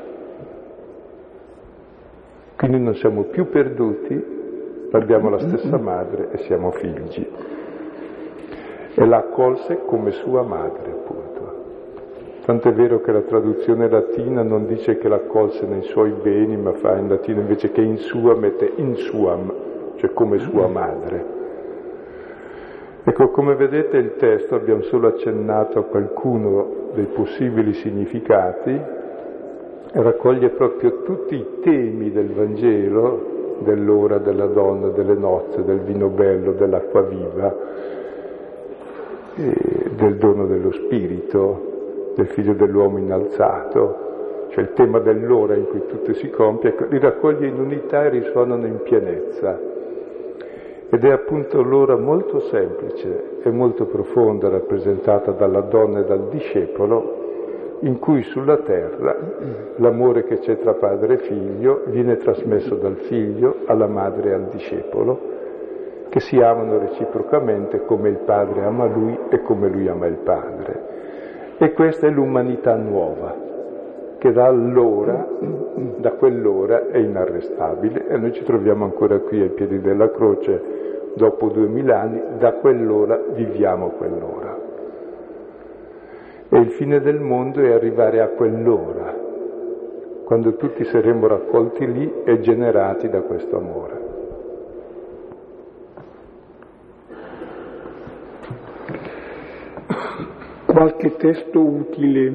Quindi non siamo più perduti, ma abbiamo la stessa madre e siamo figli. E la accolse come sua madre, appunto. Tanto è vero che la traduzione latina non dice che l'accolse nei suoi beni, ma fa in latino invece che in sua mette in suam, cioè come sua madre. Ecco, come vedete il testo, abbiamo solo accennato a qualcuno dei possibili significati, raccoglie proprio tutti i temi del Vangelo, dell'ora, della donna, delle nozze, del vino bello, dell'acqua viva, del dono dello Spirito, del Figlio dell'uomo innalzato, cioè il tema dell'ora in cui tutto si compie, li raccoglie in unità e risuonano in pienezza. Ed è appunto l'ora molto semplice e molto profonda rappresentata dalla donna e dal discepolo, in cui sulla terra l'amore che c'è tra padre e figlio viene trasmesso dal figlio alla madre e al discepolo, che si amano reciprocamente come il padre ama lui e come lui ama il padre. E questa è l'umanità nuova, che da quell'ora è inarrestabile, e noi ci troviamo ancora qui ai piedi della croce dopo 2000 anni, da quell'ora viviamo quell'ora. E il fine del mondo è arrivare a quell'ora, quando tutti saremo raccolti lì e generati da questo amore. Qualche testo utile,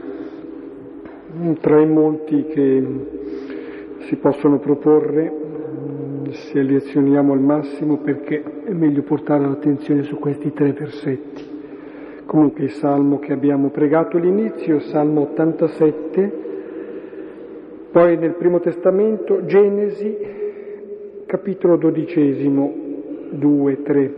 tra i molti che si possono proporre, selezioniamo al massimo perché è meglio portare l'attenzione su questi 3 versetti. Comunque il Salmo che abbiamo pregato all'inizio, Salmo 87, poi nel Primo Testamento, Genesi, capitolo 12, 2, 3.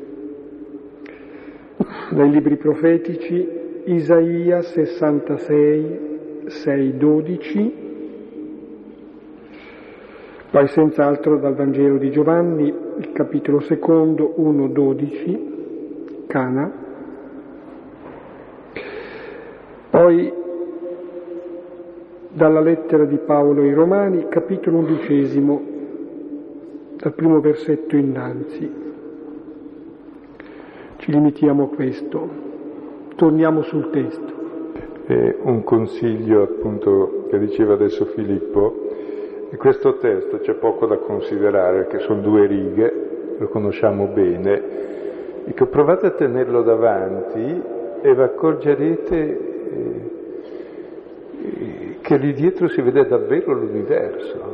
Dai libri profetici, Isaia 66, 6, 12, poi senz'altro dal Vangelo di Giovanni, il capitolo 2, 1, 12, Cana. Poi dalla lettera di Paolo ai Romani, capitolo 11, dal primo versetto innanzi. Ci limitiamo a questo, torniamo sul testo. Un consiglio appunto che diceva adesso Filippo, di questo testo c'è poco da considerare, che sono 2 righe, lo conosciamo bene, e che provate a tenerlo davanti e vi accorgerete che lì dietro si vede davvero l'universo.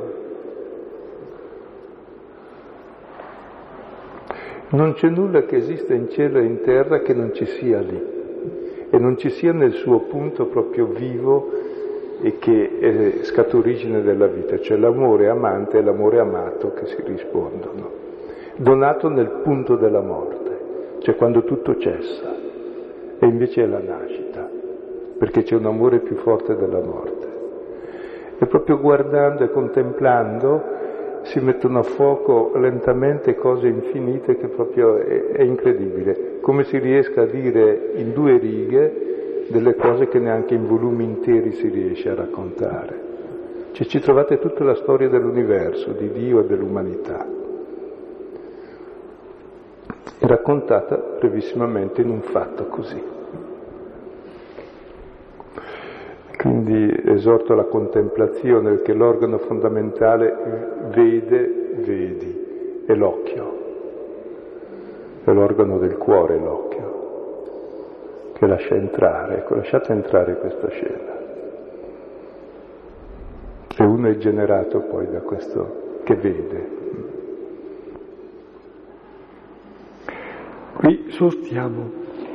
Non c'è nulla che esista in cielo e in terra che non ci sia lì, e non ci sia nel suo punto proprio vivo e che scaturigine della vita, cioè l'amore amante e l'amore amato che si rispondono, donato nel punto della morte, cioè quando tutto cessa, e invece è la nascita. perché c'è un amore più forte della morte. E proprio guardando e contemplando si mettono a fuoco lentamente cose infinite che proprio è incredibile, come si riesca a dire in 2 righe delle cose che neanche in volumi interi si riesce a raccontare. Cioè ci trovate tutta la storia dell'universo, di Dio e dell'umanità, raccontata brevissimamente in un fatto così. Quindi esorto alla contemplazione, perché l'organo fondamentale vedi, è l'occhio, è l'organo del cuore l'occhio, che lascia entrare, ecco, lasciate entrare questa scena. E uno è generato poi da questo che vede. Qui sostiamo.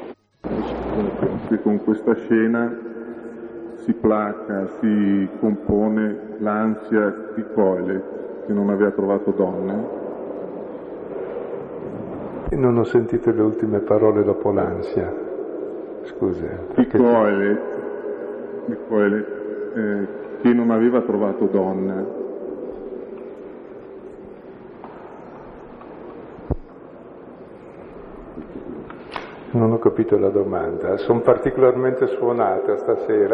Che con questa scena si placa, si compone l'ansia di Coelet, che non aveva trovato donne. E non ho sentito le ultime parole dopo l'ansia. Scusi. Di Coelet, che non aveva trovato donne. Non ho capito la domanda, sono particolarmente suonata stasera.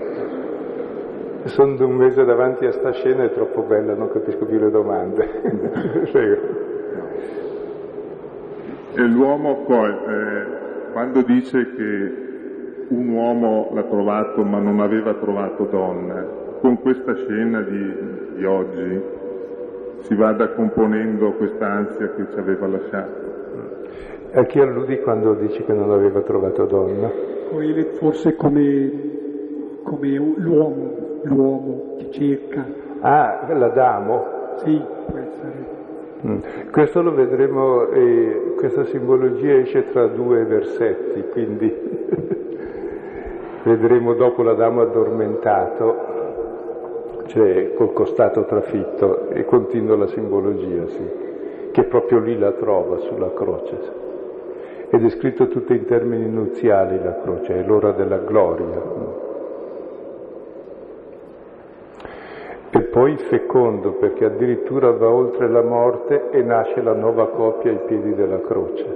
Sono da un mese davanti a sta scena, è troppo bella, non capisco più le domande. Prego. E l'uomo quando dice che un uomo l'ha trovato ma non aveva trovato donna, con questa scena di oggi si vada componendo questa ansia che ci aveva lasciato. A chi alludi quando dici che non aveva trovato donna? Forse come l'uomo che cerca. Ah, l'Adamo? Sì, può essere. Questo lo vedremo, questa simbologia esce tra 2 versetti, quindi vedremo dopo l'Adamo addormentato, cioè col costato trafitto, e continua la simbologia, sì, che proprio lì la trova sulla croce. Ed è scritto tutto in termini nuziali la croce, è l'ora della gloria. E poi fecondo, perché addirittura va oltre la morte e nasce la nuova coppia ai piedi della croce.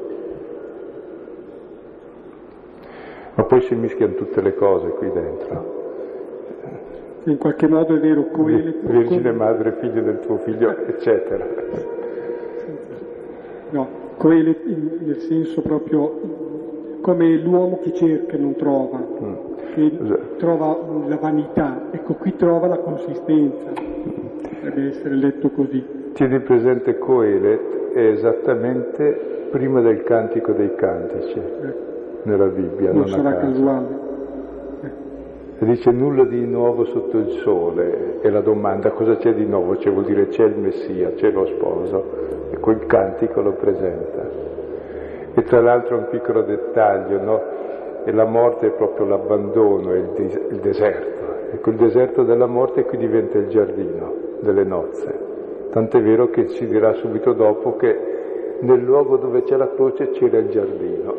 Ma poi si mischiano tutte le cose qui dentro. In qualche modo è vero, Vergine madre, figlio del tuo figlio, eccetera. No, Coelet nel senso proprio come l'uomo che cerca e non trova, che trova la vanità, ecco qui trova la consistenza, deve essere letto così. Tieni presente Coelet è esattamente prima del Cantico dei Cantici, nella Bibbia, non sarà casuale. E dice nulla di nuovo sotto il sole, e la domanda cosa c'è di nuovo? Cioè vuol dire c'è il Messia, c'è lo sposo, e quel cantico lo presenta. E tra l'altro un piccolo dettaglio, no? E la morte è proprio l'abbandono, è il deserto. Ecco, il deserto della morte qui diventa il giardino delle nozze. Tant'è vero che si dirà subito dopo che nel luogo dove c'è la croce c'era il giardino.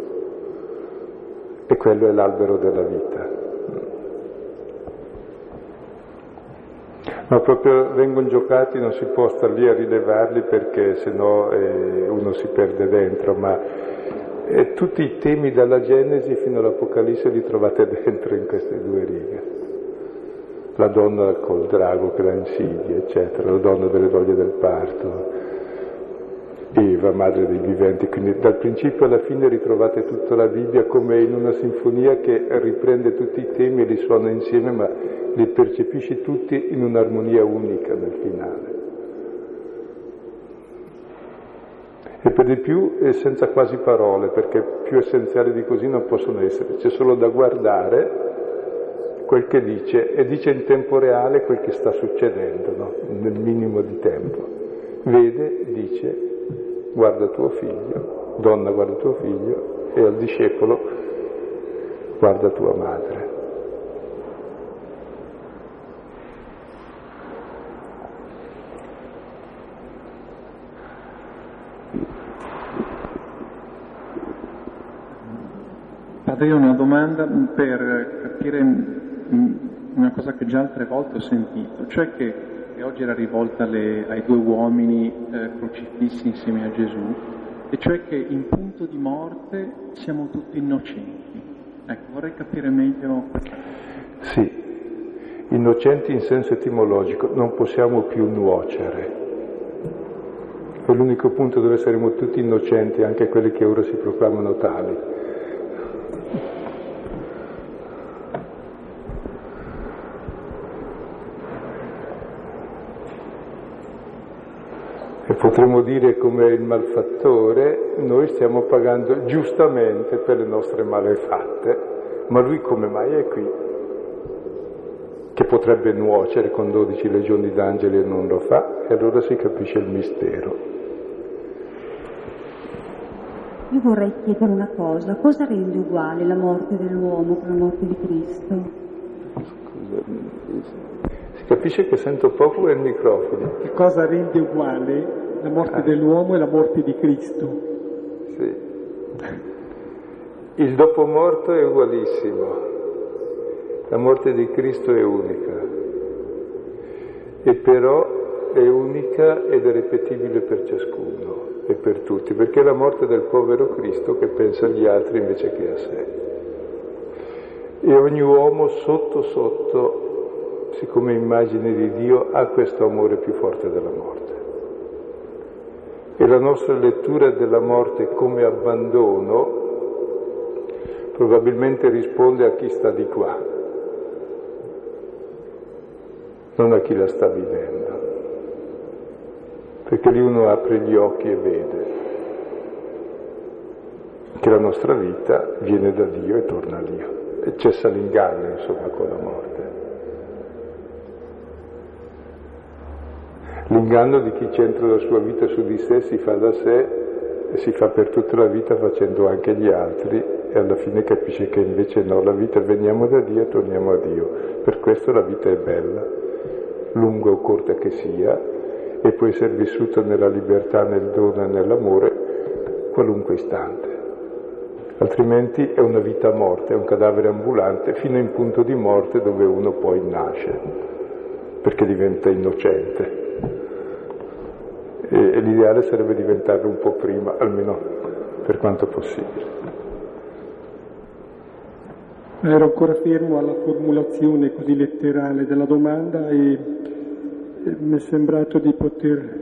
E quello è l'albero della vita. Ma proprio vengono giocati, non si può star lì a rilevarli perché sennò uno si perde dentro, ma tutti i temi dalla Genesi fino all'Apocalisse li trovate dentro in queste 2 righe. La donna col drago che la insidia, eccetera, la donna delle doglie del parto, Eva, madre dei viventi, quindi dal principio alla fine ritrovate tutta la Bibbia come in una sinfonia che riprende tutti i temi e li suona insieme, ma li percepisci tutti in un'armonia unica nel finale. E per di più è senza quasi parole, perché più essenziali di così non possono essere, c'è solo da guardare quel che dice, e dice in tempo reale quel che sta succedendo, no? Nel minimo di tempo. Vede, dice, guarda tuo figlio, donna guarda tuo figlio, e al discepolo guarda tua madre. Padre, io ho una domanda per capire una cosa che già altre volte ho sentito, cioè che oggi era rivolta ai due uomini crocifissi insieme a Gesù, e cioè che in punto di morte siamo tutti innocenti. Ecco, vorrei capire meglio. Sì, innocenti in senso etimologico, non possiamo più nuocere. È l'unico punto dove saremo tutti innocenti, anche quelli che ora si proclamano tali. E potremmo dire come il malfattore, noi stiamo pagando giustamente per le nostre malefatte, ma lui come mai è qui? Che potrebbe nuocere con 12 legioni d'angeli e non lo fa, e allora si capisce il mistero. Io vorrei chiedere una cosa: cosa rende uguale la morte dell'uomo con la morte di Cristo? Si capisce che sento poco il microfono. Che cosa rende uguale la morte dell'uomo e la morte di Cristo? Sì. Il dopo morto è ugualissimo. La morte di Cristo è unica, e però è unica ed è ripetibile per ciascuno e per tutti, perché è la morte del povero Cristo che pensa agli altri invece che a sé. E ogni uomo sotto sotto, siccome immagine di Dio, ha questo amore più forte della morte. E la nostra lettura della morte come abbandono probabilmente risponde a chi sta di qua, non a chi la sta vivendo, perché lì uno apre gli occhi e vede che la nostra vita viene da Dio e torna a Dio, e cessa l'inganno, insomma, con la morte. L'inganno di chi centra la sua vita su di sé, si fa da sé e si fa per tutta la vita facendo anche gli altri, e alla fine capisce che invece no, la vita veniamo da Dio e torniamo a Dio. Per questo la vita è bella, lunga o corta che sia, e può essere vissuta nella libertà, nel dono e nell'amore qualunque istante. Altrimenti è una vita morta, è un cadavere ambulante fino in punto di morte, dove uno poi nasce, perché diventa innocente. E l'ideale sarebbe diventarlo un po' prima, almeno per quanto possibile. Ero ancora fermo alla formulazione così letterale della domanda e mi è sembrato di poter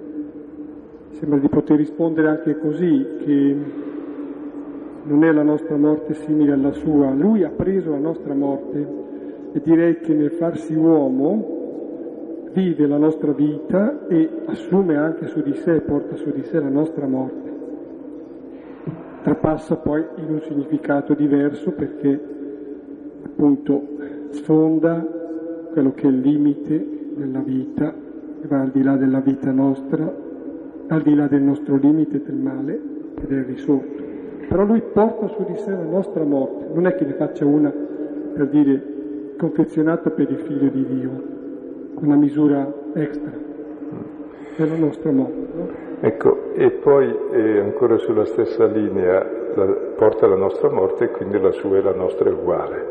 rispondere anche così, che non è la nostra morte simile alla sua. Lui ha preso la nostra morte, e direi che nel farsi uomo vive la nostra vita e assume anche su di sé, porta su di sé la nostra morte. Trapassa poi in un significato diverso, perché appunto sfonda quello che è il limite della vita, che va al di là della vita nostra, al di là del nostro limite del male ed è risorto. Però lui porta su di sé la nostra morte, non è che ne faccia una, per dire, confezionata per il Figlio di Dio, una misura extra, è la nostra morte, no? Ecco, e poi ancora sulla stessa linea, porta la nostra morte e quindi la sua e la nostra è uguale.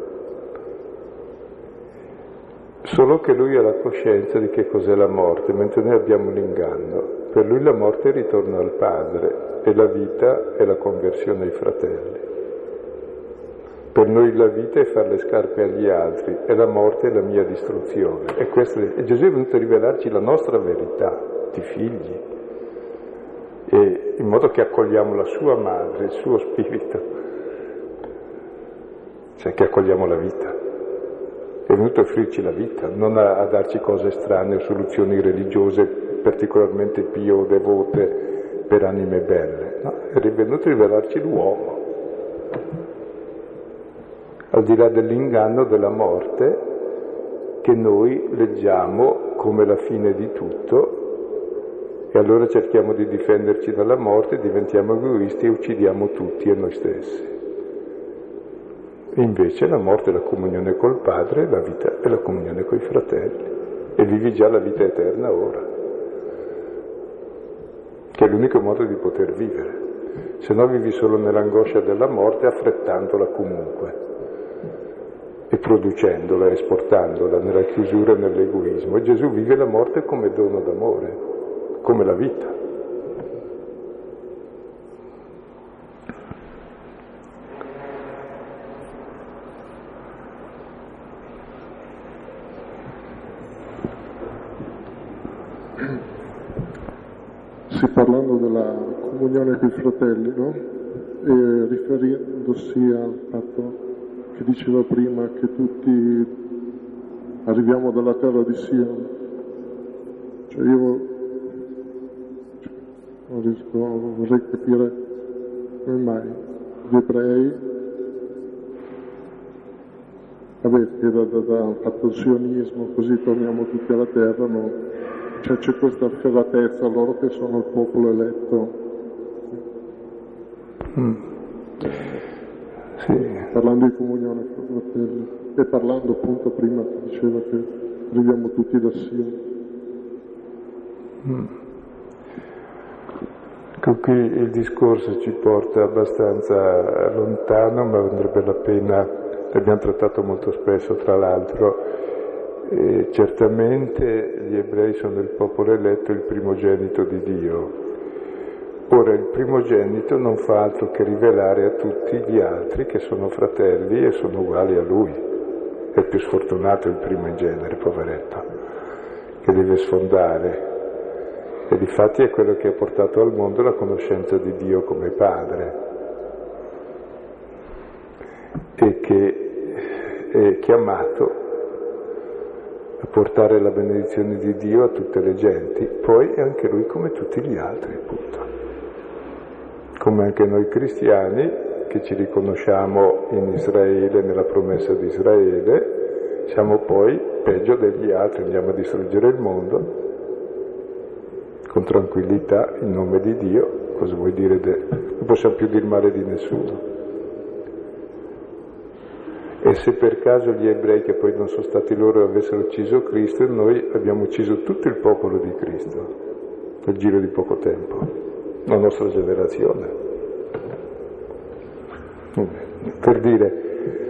Solo che lui ha la coscienza di che cos'è la morte, mentre noi abbiamo l'inganno. Per lui la morte è il ritorno al Padre e la vita è la conversione ai fratelli. Per noi la vita è fare le scarpe agli altri e la morte è la mia distruzione. E Gesù è venuto a rivelarci la nostra verità di figli, e in modo che accogliamo la sua madre, il suo spirito, cioè che accogliamo la vita. È venuto a offrirci la vita, non a darci cose strane o soluzioni religiose particolarmente pie o devote per anime belle, no? È venuto a rivelarci l'uomo, al di là dell'inganno della morte, che noi leggiamo come la fine di tutto, e allora cerchiamo di difenderci dalla morte, diventiamo egoisti e uccidiamo tutti e noi stessi. E invece la morte è la comunione col Padre, la vita è la comunione coi fratelli, e vivi già la vita eterna ora, che è l'unico modo di poter vivere. se no vivi solo nell'angoscia della morte, affrettandola comunque e producendola, esportandola nella chiusura e nell'egoismo. E Gesù vive la morte come dono d'amore, come la vita. Sì, parlando della comunione con i fratelli, no? E riferendosi al fatto che diceva prima che tutti arriviamo dalla terra di Sion, cioè io vorrei capire come mai gli ebrei, vabbè, che da fatto il sionismo, così torniamo tutti alla terra, no? Cioè c'è questa ferratezza, loro che sono il popolo eletto. Sì. Parlando di comunione con i fratelli e parlando appunto prima che diceva che arriviamo tutti da Sion. Ecco, qui il discorso ci porta abbastanza lontano, ma andrebbe la pena, l'abbiamo trattato molto spesso tra l'altro. Certamente gli ebrei sono il popolo eletto, il primogenito di Dio. Ora il primogenito non fa altro che rivelare a tutti gli altri che sono fratelli e sono uguali a lui. È il più sfortunato il primo in genere, poveretto, che deve sfondare. E difatti è quello che ha portato al mondo la conoscenza di Dio come Padre e che è chiamato a portare la benedizione di Dio a tutte le genti, poi è anche lui come tutti gli altri, appunto. Come anche noi cristiani, che ci riconosciamo in Israele, nella promessa di Israele, siamo poi peggio degli altri, andiamo a distruggere il mondo con tranquillità, in nome di Dio. Cosa vuoi dire? Non possiamo più dire male di nessuno. E se per caso gli ebrei, che poi non sono stati loro, avessero ucciso Cristo, noi abbiamo ucciso tutto il popolo di Cristo nel giro di poco tempo, la nostra generazione. Per dire,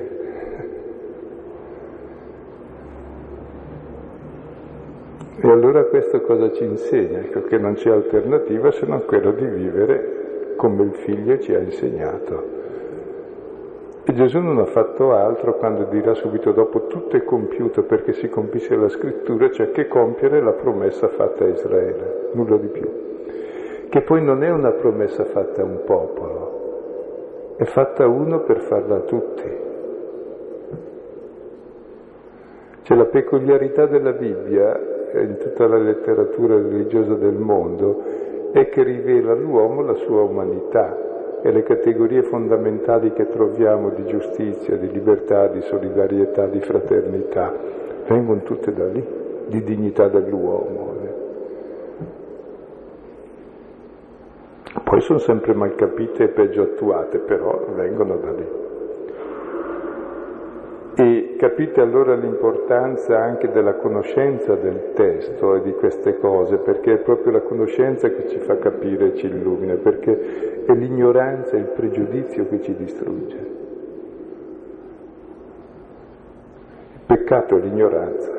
e allora questo cosa ci insegna? Ecco, che non c'è alternativa se non quella di vivere come il Figlio ci ha insegnato. E Gesù non ha fatto altro quando dirà subito dopo tutto è compiuto perché si compisse la scrittura, cioè che compiere la promessa fatta a Israele, nulla di più. Che poi non è una promessa fatta a un popolo, è fatta a uno per farla a tutti. C'è la peculiarità della Bibbia, in tutta la letteratura religiosa del mondo, è che rivela all'uomo la sua umanità. E le categorie fondamentali che troviamo di giustizia, di libertà, di solidarietà, di fraternità, vengono tutte da lì, di dignità dell'uomo. Poi sono sempre mal capite e peggio attuate, però vengono da lì. E capite allora l'importanza anche della conoscenza del testo e di queste cose, perché è proprio la conoscenza che ci fa capire e ci illumina, perché è l'ignoranza e il pregiudizio che ci distrugge. Il peccato è l'ignoranza.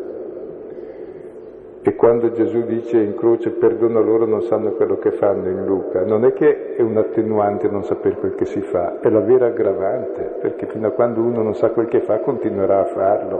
E quando Gesù dice in croce perdona loro, non sanno quello che fanno in Luca, non è che è un attenuante non sapere quel che si fa, è la vera aggravante, perché fino a quando uno non sa quel che fa continuerà a farlo.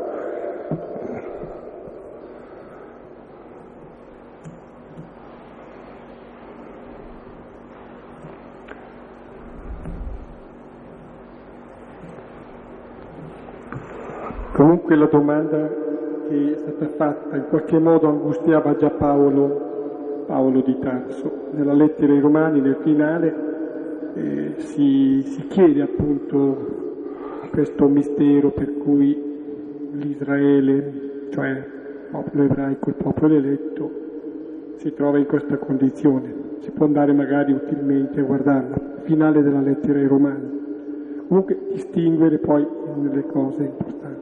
Comunque la domanda che è stata fatta in qualche modo angustiava già Paolo di Tarso. Nella lettera ai Romani, nel finale, si chiede appunto questo mistero per cui l'Israele, cioè il popolo ebraico, il popolo eletto, si trova in questa condizione. Si può andare magari utilmente a guardarla, finale della lettera ai Romani. Comunque distinguere poi nelle cose importanti.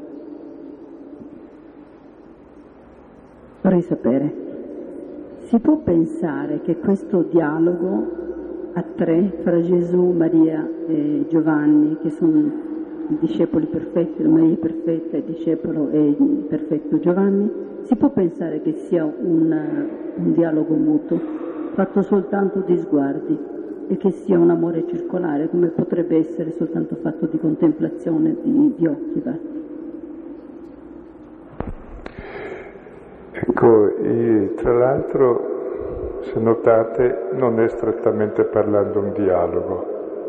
Vorrei sapere, si può pensare che questo dialogo a tre, fra Gesù, Maria e Giovanni, che sono i discepoli perfetti, la Maria perfetta, il discepolo e il perfetto Giovanni, si può pensare che sia un dialogo muto, fatto soltanto di sguardi, e che sia un amore circolare, come potrebbe essere soltanto fatto di contemplazione di occhi batti. Ecco, tra l'altro, se notate, non è strettamente parlando un dialogo.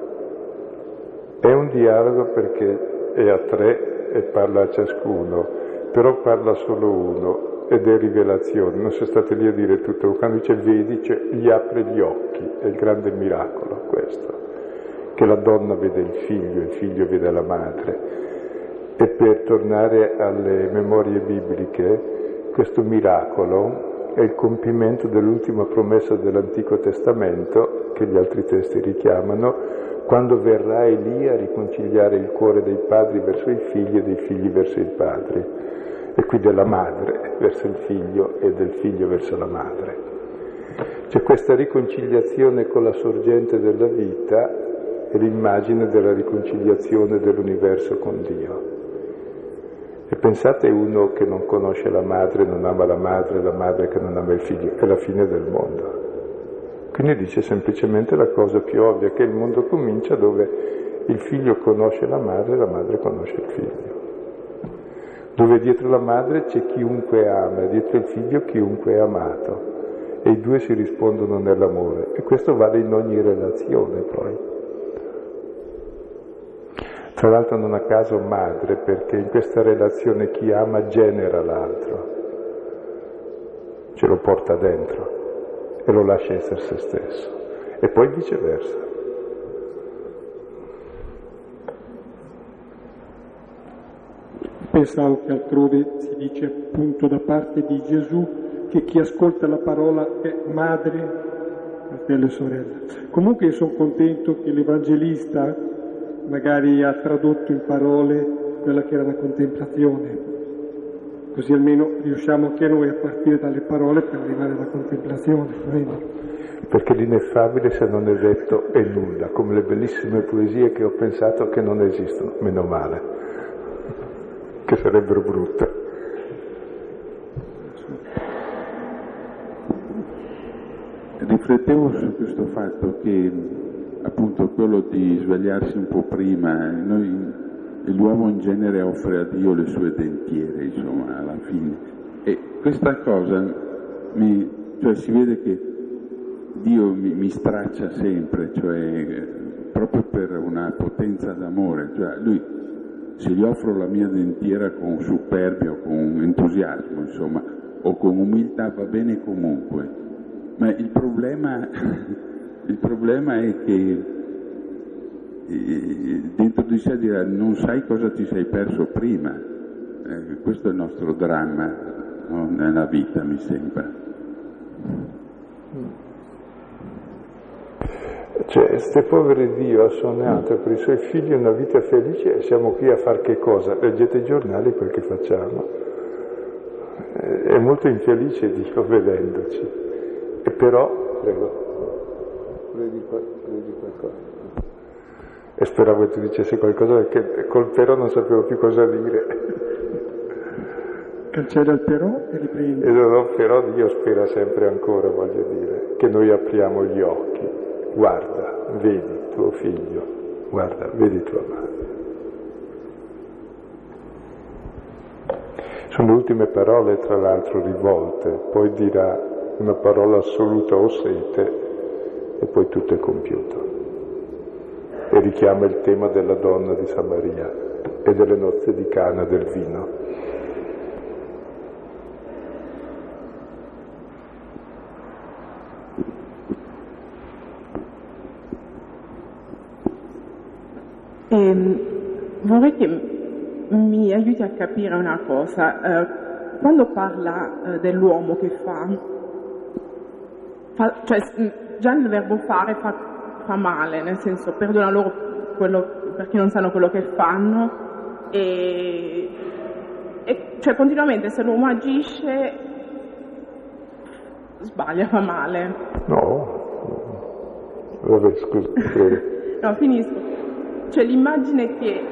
È un dialogo perché è a tre e parla a ciascuno, però parla solo uno ed è rivelazione. Non sono state lì a dire tutto. Quando dice vedi, cioè, gli apre gli occhi, è il grande miracolo questo, che la donna vede il figlio vede la madre. E per tornare alle memorie bibliche, questo miracolo è il compimento dell'ultima promessa dell'Antico Testamento, che gli altri testi richiamano, quando verrà Elia a riconciliare il cuore dei padri verso i figli e dei figli verso i padri, e qui della madre verso il figlio e del figlio verso la madre. C'è questa riconciliazione con la sorgente della vita e l'immagine della riconciliazione dell'universo con Dio. E pensate, uno che non conosce la madre, non ama la madre che non ama il figlio, è la fine del mondo. Quindi dice semplicemente la cosa più ovvia, che il mondo comincia dove il figlio conosce la madre conosce il figlio. Dove dietro la madre c'è chiunque ama, dietro il figlio chiunque è amato. E i due si rispondono nell'amore. E questo vale in ogni relazione poi. Tra l'altro non a caso madre, perché in questa relazione chi ama genera l'altro, ce lo porta dentro e lo lascia essere se stesso, e poi viceversa. Pensavo che altrove si dice appunto da parte di Gesù che chi ascolta la parola è madre, fratello e sorella. Comunque io sono contento che l'Evangelista magari ha tradotto in parole quella che era la contemplazione, così almeno riusciamo anche noi a partire dalle parole per arrivare alla contemplazione. Perché l'ineffabile, se non è detto, è nulla, come le bellissime poesie che ho pensato che non esistono, meno male, che sarebbero brutte. Riflettevo su questo fatto che appunto quello di svegliarsi un po' prima, l'uomo in genere offre a Dio le sue dentiere, insomma, alla fine. E questa cosa si vede che Dio mi straccia sempre, cioè proprio per una potenza d'amore, cioè lui, se gli offro la mia dentiera con superbia, con entusiasmo, insomma, o con umiltà, va bene comunque. Ma il problema è che dentro di sé dirà non sai cosa ti sei perso prima. Questo è il nostro dramma, no? Nella vita, mi sembra. Cioè, ste povere Dio ha sognato per i suoi figli una vita felice e siamo qui a far che cosa? Leggete i giornali, quel che facciamo. È molto infelice Dio vedendoci. E però, prego, vedi qualcosa. E speravo che tu dicessi qualcosa, perché col però non sapevo più cosa dire. Cancella il però e riprendi. Però Dio spera sempre ancora, voglio dire, che noi apriamo gli occhi. Guarda, vedi tuo figlio, guarda, vedi tua madre. Sono le ultime parole, tra l'altro, rivolte, poi dirà una parola assoluta o sete e poi tutto è compiuto. E richiama il tema della donna di Samaria e delle nozze di Cana del vino. Vorrei che mi aiuti a capire una cosa. Quando parla dell'uomo che cioè già il verbo fare fa male, nel senso perdona loro perché non sanno quello che fanno, e cioè continuamente se l'uomo agisce sbaglia, fa male. No, Vabbè, scusa, prego. No, finisco. C'è l'immagine che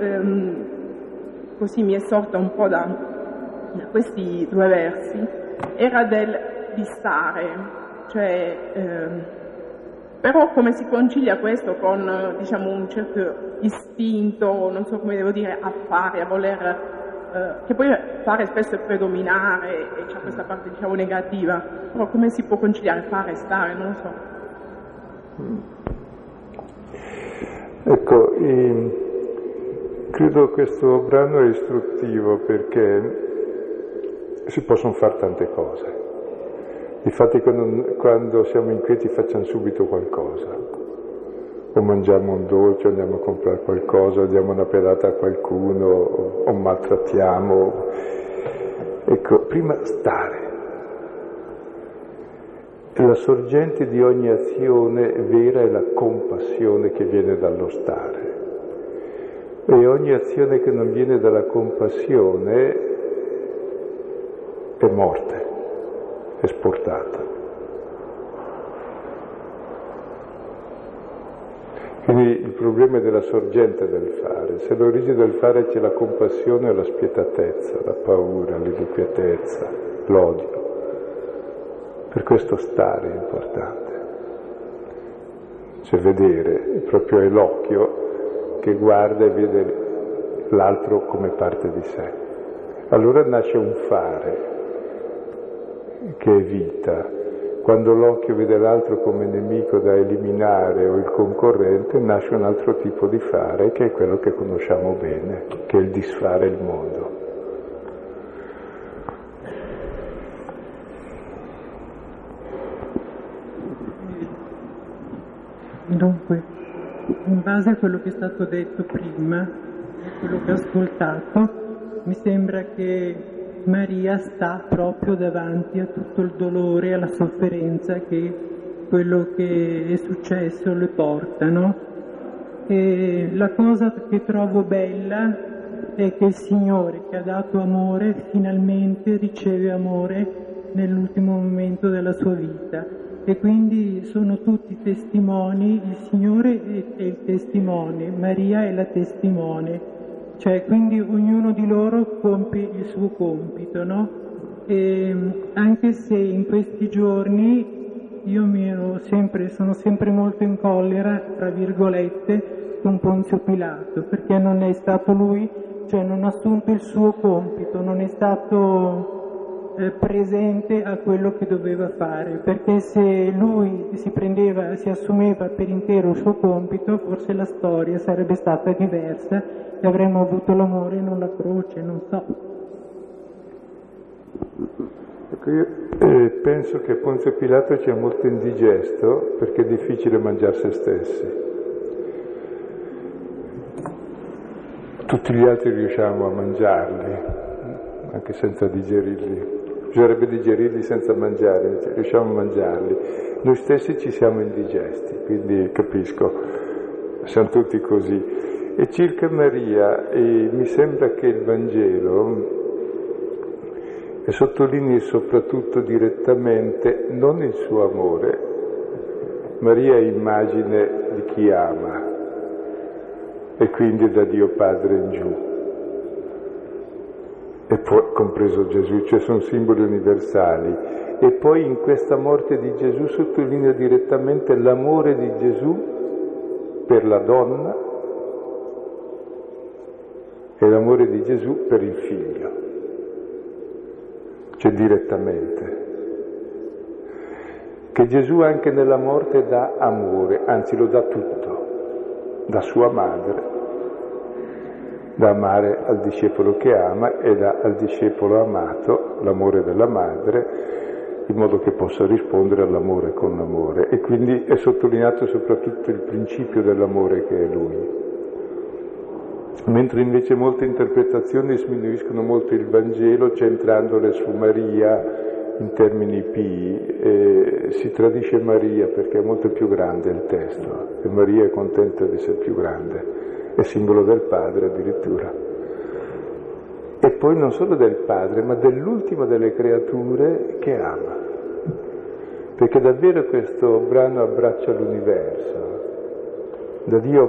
così mi è sorta un po' da questi due versi, era di stare, cioè, però come si concilia questo con, diciamo, un certo istinto, non so come devo dire, a fare, a voler, che poi fare spesso è predominare e c'è questa parte, diciamo, negativa, però come si può conciliare fare e stare, non lo so. Ecco, credo questo brano è istruttivo perché si possono fare tante cose. Infatti quando siamo inquieti facciamo subito qualcosa, o mangiamo un dolce, andiamo a comprare qualcosa, o diamo una pedata a qualcuno, o maltrattiamo. Ecco, prima stare. La sorgente di ogni azione vera è la compassione che viene dallo stare. E ogni azione che non viene dalla compassione è morte, è sportata. Quindi il problema è della sorgente del fare. Se all'origine del fare c'è la compassione o la spietatezza, la paura, l'inquietezza, l'odio. Per questo stare è importante. Cioè vedere, proprio è l'occhio che guarda e vede l'altro come parte di sé. Allora nasce un fare che è vita. Quando l'occhio vede l'altro come nemico da eliminare o il concorrente, nasce un altro tipo di fare che è quello che conosciamo bene, che è il disfare il mondo. Dunque, in base a quello che è stato detto prima, quello che ho ascoltato, mi sembra che Maria sta proprio davanti a tutto il dolore, alla sofferenza che quello che è successo le porta, no? E la cosa che trovo bella è che il Signore che ha dato amore finalmente riceve amore nell'ultimo momento della sua vita. E quindi sono tutti testimoni, il Signore è il testimone, Maria è la testimone, cioè quindi ognuno di loro compie il suo compito, no? E anche se in questi giorni io sono sempre molto in collera, tra virgolette, con Ponzio Pilato, perché non è stato lui, cioè non ha assunto il suo compito, non è stato presente a quello che doveva fare, perché se lui si assumeva per intero il suo compito, forse la storia sarebbe stata diversa e avremmo avuto l'amore e non la croce, non so. Ecco, io penso che Ponzio Pilato sia molto indigesto perché è difficile mangiare se stessi. Tutti gli altri riusciamo a mangiarli, anche senza digerirli. Bisognerebbe digerirli senza mangiare, riusciamo a mangiarli. Noi stessi ci siamo indigesti, quindi capisco, siamo tutti così. E circa Maria, mi sembra che il Vangelo sottolinei soprattutto direttamente non il suo amore. Maria è immagine di chi ama e quindi da Dio Padre in giù. E poi compreso Gesù, cioè sono simboli universali. E poi in questa morte di Gesù sottolinea direttamente l'amore di Gesù per la donna e l'amore di Gesù per il figlio, cioè direttamente. Che Gesù anche nella morte dà amore, anzi lo dà tutto, da sua madre, da amare al discepolo che ama e dà al discepolo amato l'amore della madre in modo che possa rispondere all'amore con l'amore. E quindi è sottolineato soprattutto il principio dell'amore che è lui. Mentre invece molte interpretazioni sminuiscono molto il Vangelo centrandole su Maria in termini pii, e si tradisce Maria perché è molto più grande il testo e Maria è contenta di essere più grande. È simbolo del Padre addirittura. E poi non solo del Padre, ma dell'ultima delle creature che ama. perché davvero questo brano abbraccia l'universo, da Dio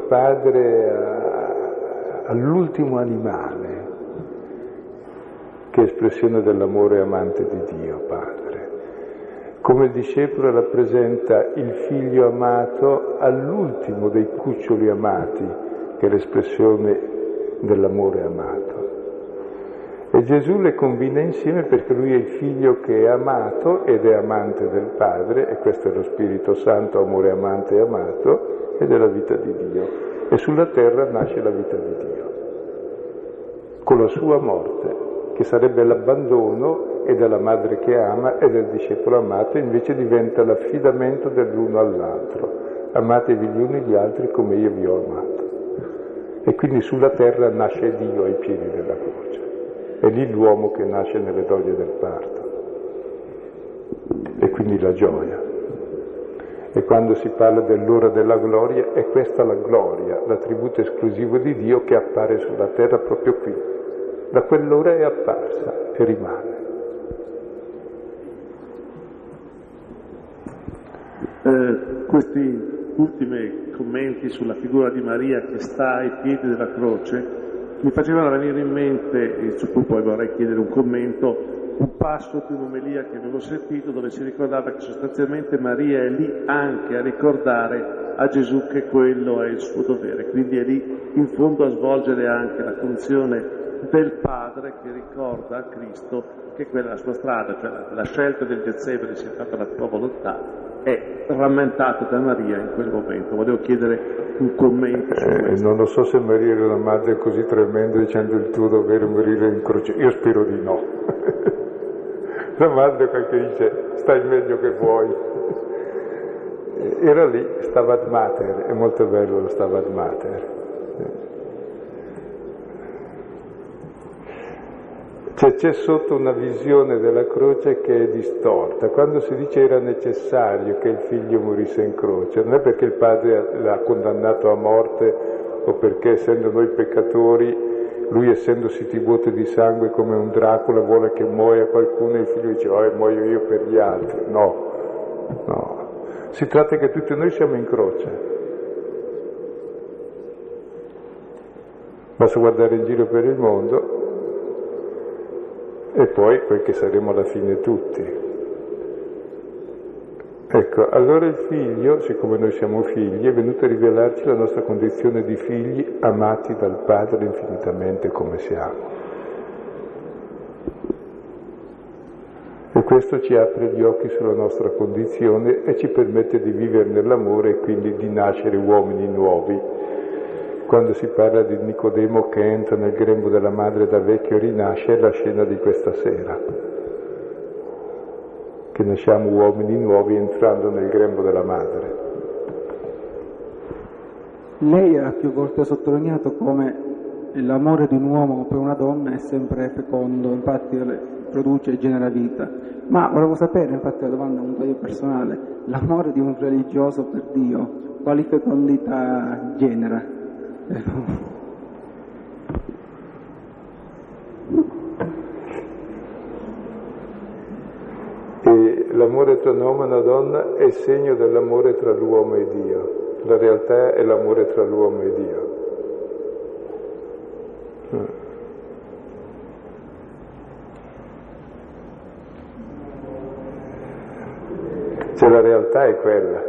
Padre all'ultimo animale, che è espressione dell'amore amante di Dio Padre. Come il discepolo rappresenta il figlio amato all'ultimo dei cuccioli amati, che è l'espressione dell'amore amato. E Gesù le combina insieme perché lui è il figlio che è amato ed è amante del Padre, e questo è lo Spirito Santo, amore amante e amato, ed è la vita di Dio. E sulla terra nasce la vita di Dio, con la sua morte, che sarebbe l'abbandono e della madre che ama e del discepolo amato, invece diventa l'affidamento dell'uno all'altro. Amatevi gli uni gli altri come io vi ho amato. E quindi sulla terra nasce Dio ai piedi della croce. È lì l'uomo che nasce nelle doglie del parto. E quindi la gioia. E quando si parla dell'ora della gloria, è questa la gloria, l'attributo esclusivo di Dio che appare sulla terra proprio qui. Da quell'ora è apparsa e rimane. Questi ultimi commenti sulla figura di Maria che sta ai piedi della croce mi facevano venire in mente, e su cui poi vorrei chiedere un commento, un passo di un'omelia che avevo sentito dove si ricordava che sostanzialmente Maria è lì anche a ricordare a Gesù che quello è il suo dovere, quindi è lì in fondo a svolgere anche la funzione del Padre che ricorda a Cristo che quella è la sua strada, cioè la scelta del Getsemani sia fatta la tua volontà, è rammentata da Maria in quel momento. Volevo chiedere un commento su questo. Non lo so se Maria era una madre così tremenda dicendo il tuo dovere morire in croce, io spero di no. La madre che dice stai meglio che vuoi. Era lì, Stabat Mater, è molto bello lo Stabat Mater. C'è sotto una visione della croce che è distorta. Quando si dice era necessario che il figlio morisse in croce, non è perché il padre l'ha condannato a morte o perché essendo noi peccatori, lui essendosi tibote di sangue come un Dracula vuole che muoia qualcuno e il figlio dice muoio io per gli altri. No. Si tratta che tutti noi siamo in croce. Basta guardare in giro per il mondo e poi quel che saremo alla fine tutti. Ecco, allora il figlio, siccome noi siamo figli, è venuto a rivelarci la nostra condizione di figli amati dal Padre infinitamente come siamo. E questo ci apre gli occhi sulla nostra condizione e ci permette di vivere nell'amore e quindi di nascere uomini nuovi. Quando si parla di Nicodemo che entra nel grembo della madre da vecchio e rinasce, è la scena di questa sera. Che nasciamo uomini nuovi entrando nel grembo della madre. Lei ha più volte sottolineato come l'amore di un uomo per una donna è sempre fecondo, infatti produce e genera vita. Ma volevo sapere, infatti la domanda è un po' personale, l'amore di un religioso per Dio, quali fecondità genera? E l'amore tra un uomo e una donna è segno dell'amore tra l'uomo e Dio. La realtà è l'amore tra l'uomo e Dio. Cioè la realtà è quella.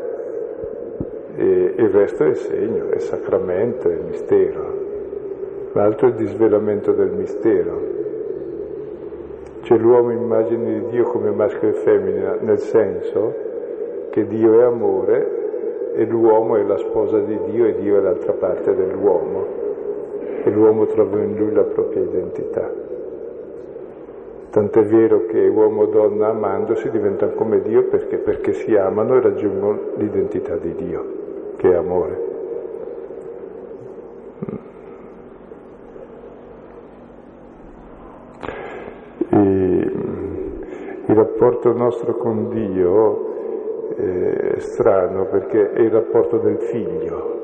E il resto è il segno, è il sacramento, è il mistero. L'altro è il disvelamento del mistero. C'è l'uomo immagine di Dio come maschio e femmina, nel senso che Dio è amore e l'uomo è la sposa di Dio e Dio è l'altra parte dell'uomo e l'uomo trova in lui la propria identità. Tant'è vero che uomo e donna amandosi diventano come Dio perché si amano e raggiungono l'identità di Dio, che è amore. Il rapporto nostro con Dio è strano perché è il rapporto del figlio,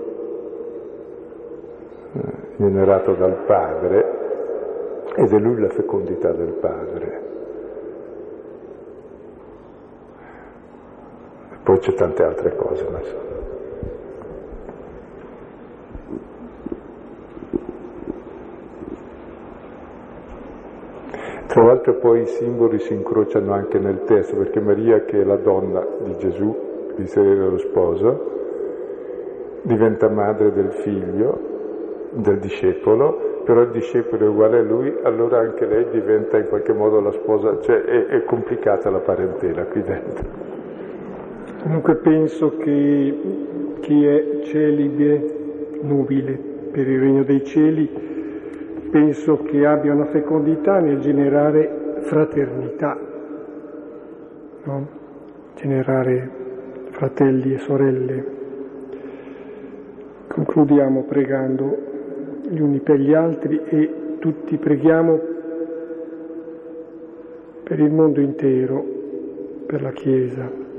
generato dal padre, ed è lui la fecondità del padre. poi c'è tante altre cose, ma insomma. Tra l'altro poi i simboli si incrociano anche nel testo, perché Maria, che è la donna di Gesù, di Israele lo sposo, diventa madre del figlio, del discepolo, però il discepolo è uguale a lui, allora anche lei diventa in qualche modo la sposa, cioè è complicata la parentela qui dentro. Comunque penso che chi è celibe, nubile per il regno dei cieli, penso che abbia una fecondità nel generare fraternità, no? Generare fratelli e sorelle. Concludiamo pregando gli uni per gli altri e tutti preghiamo per il mondo intero, per la Chiesa.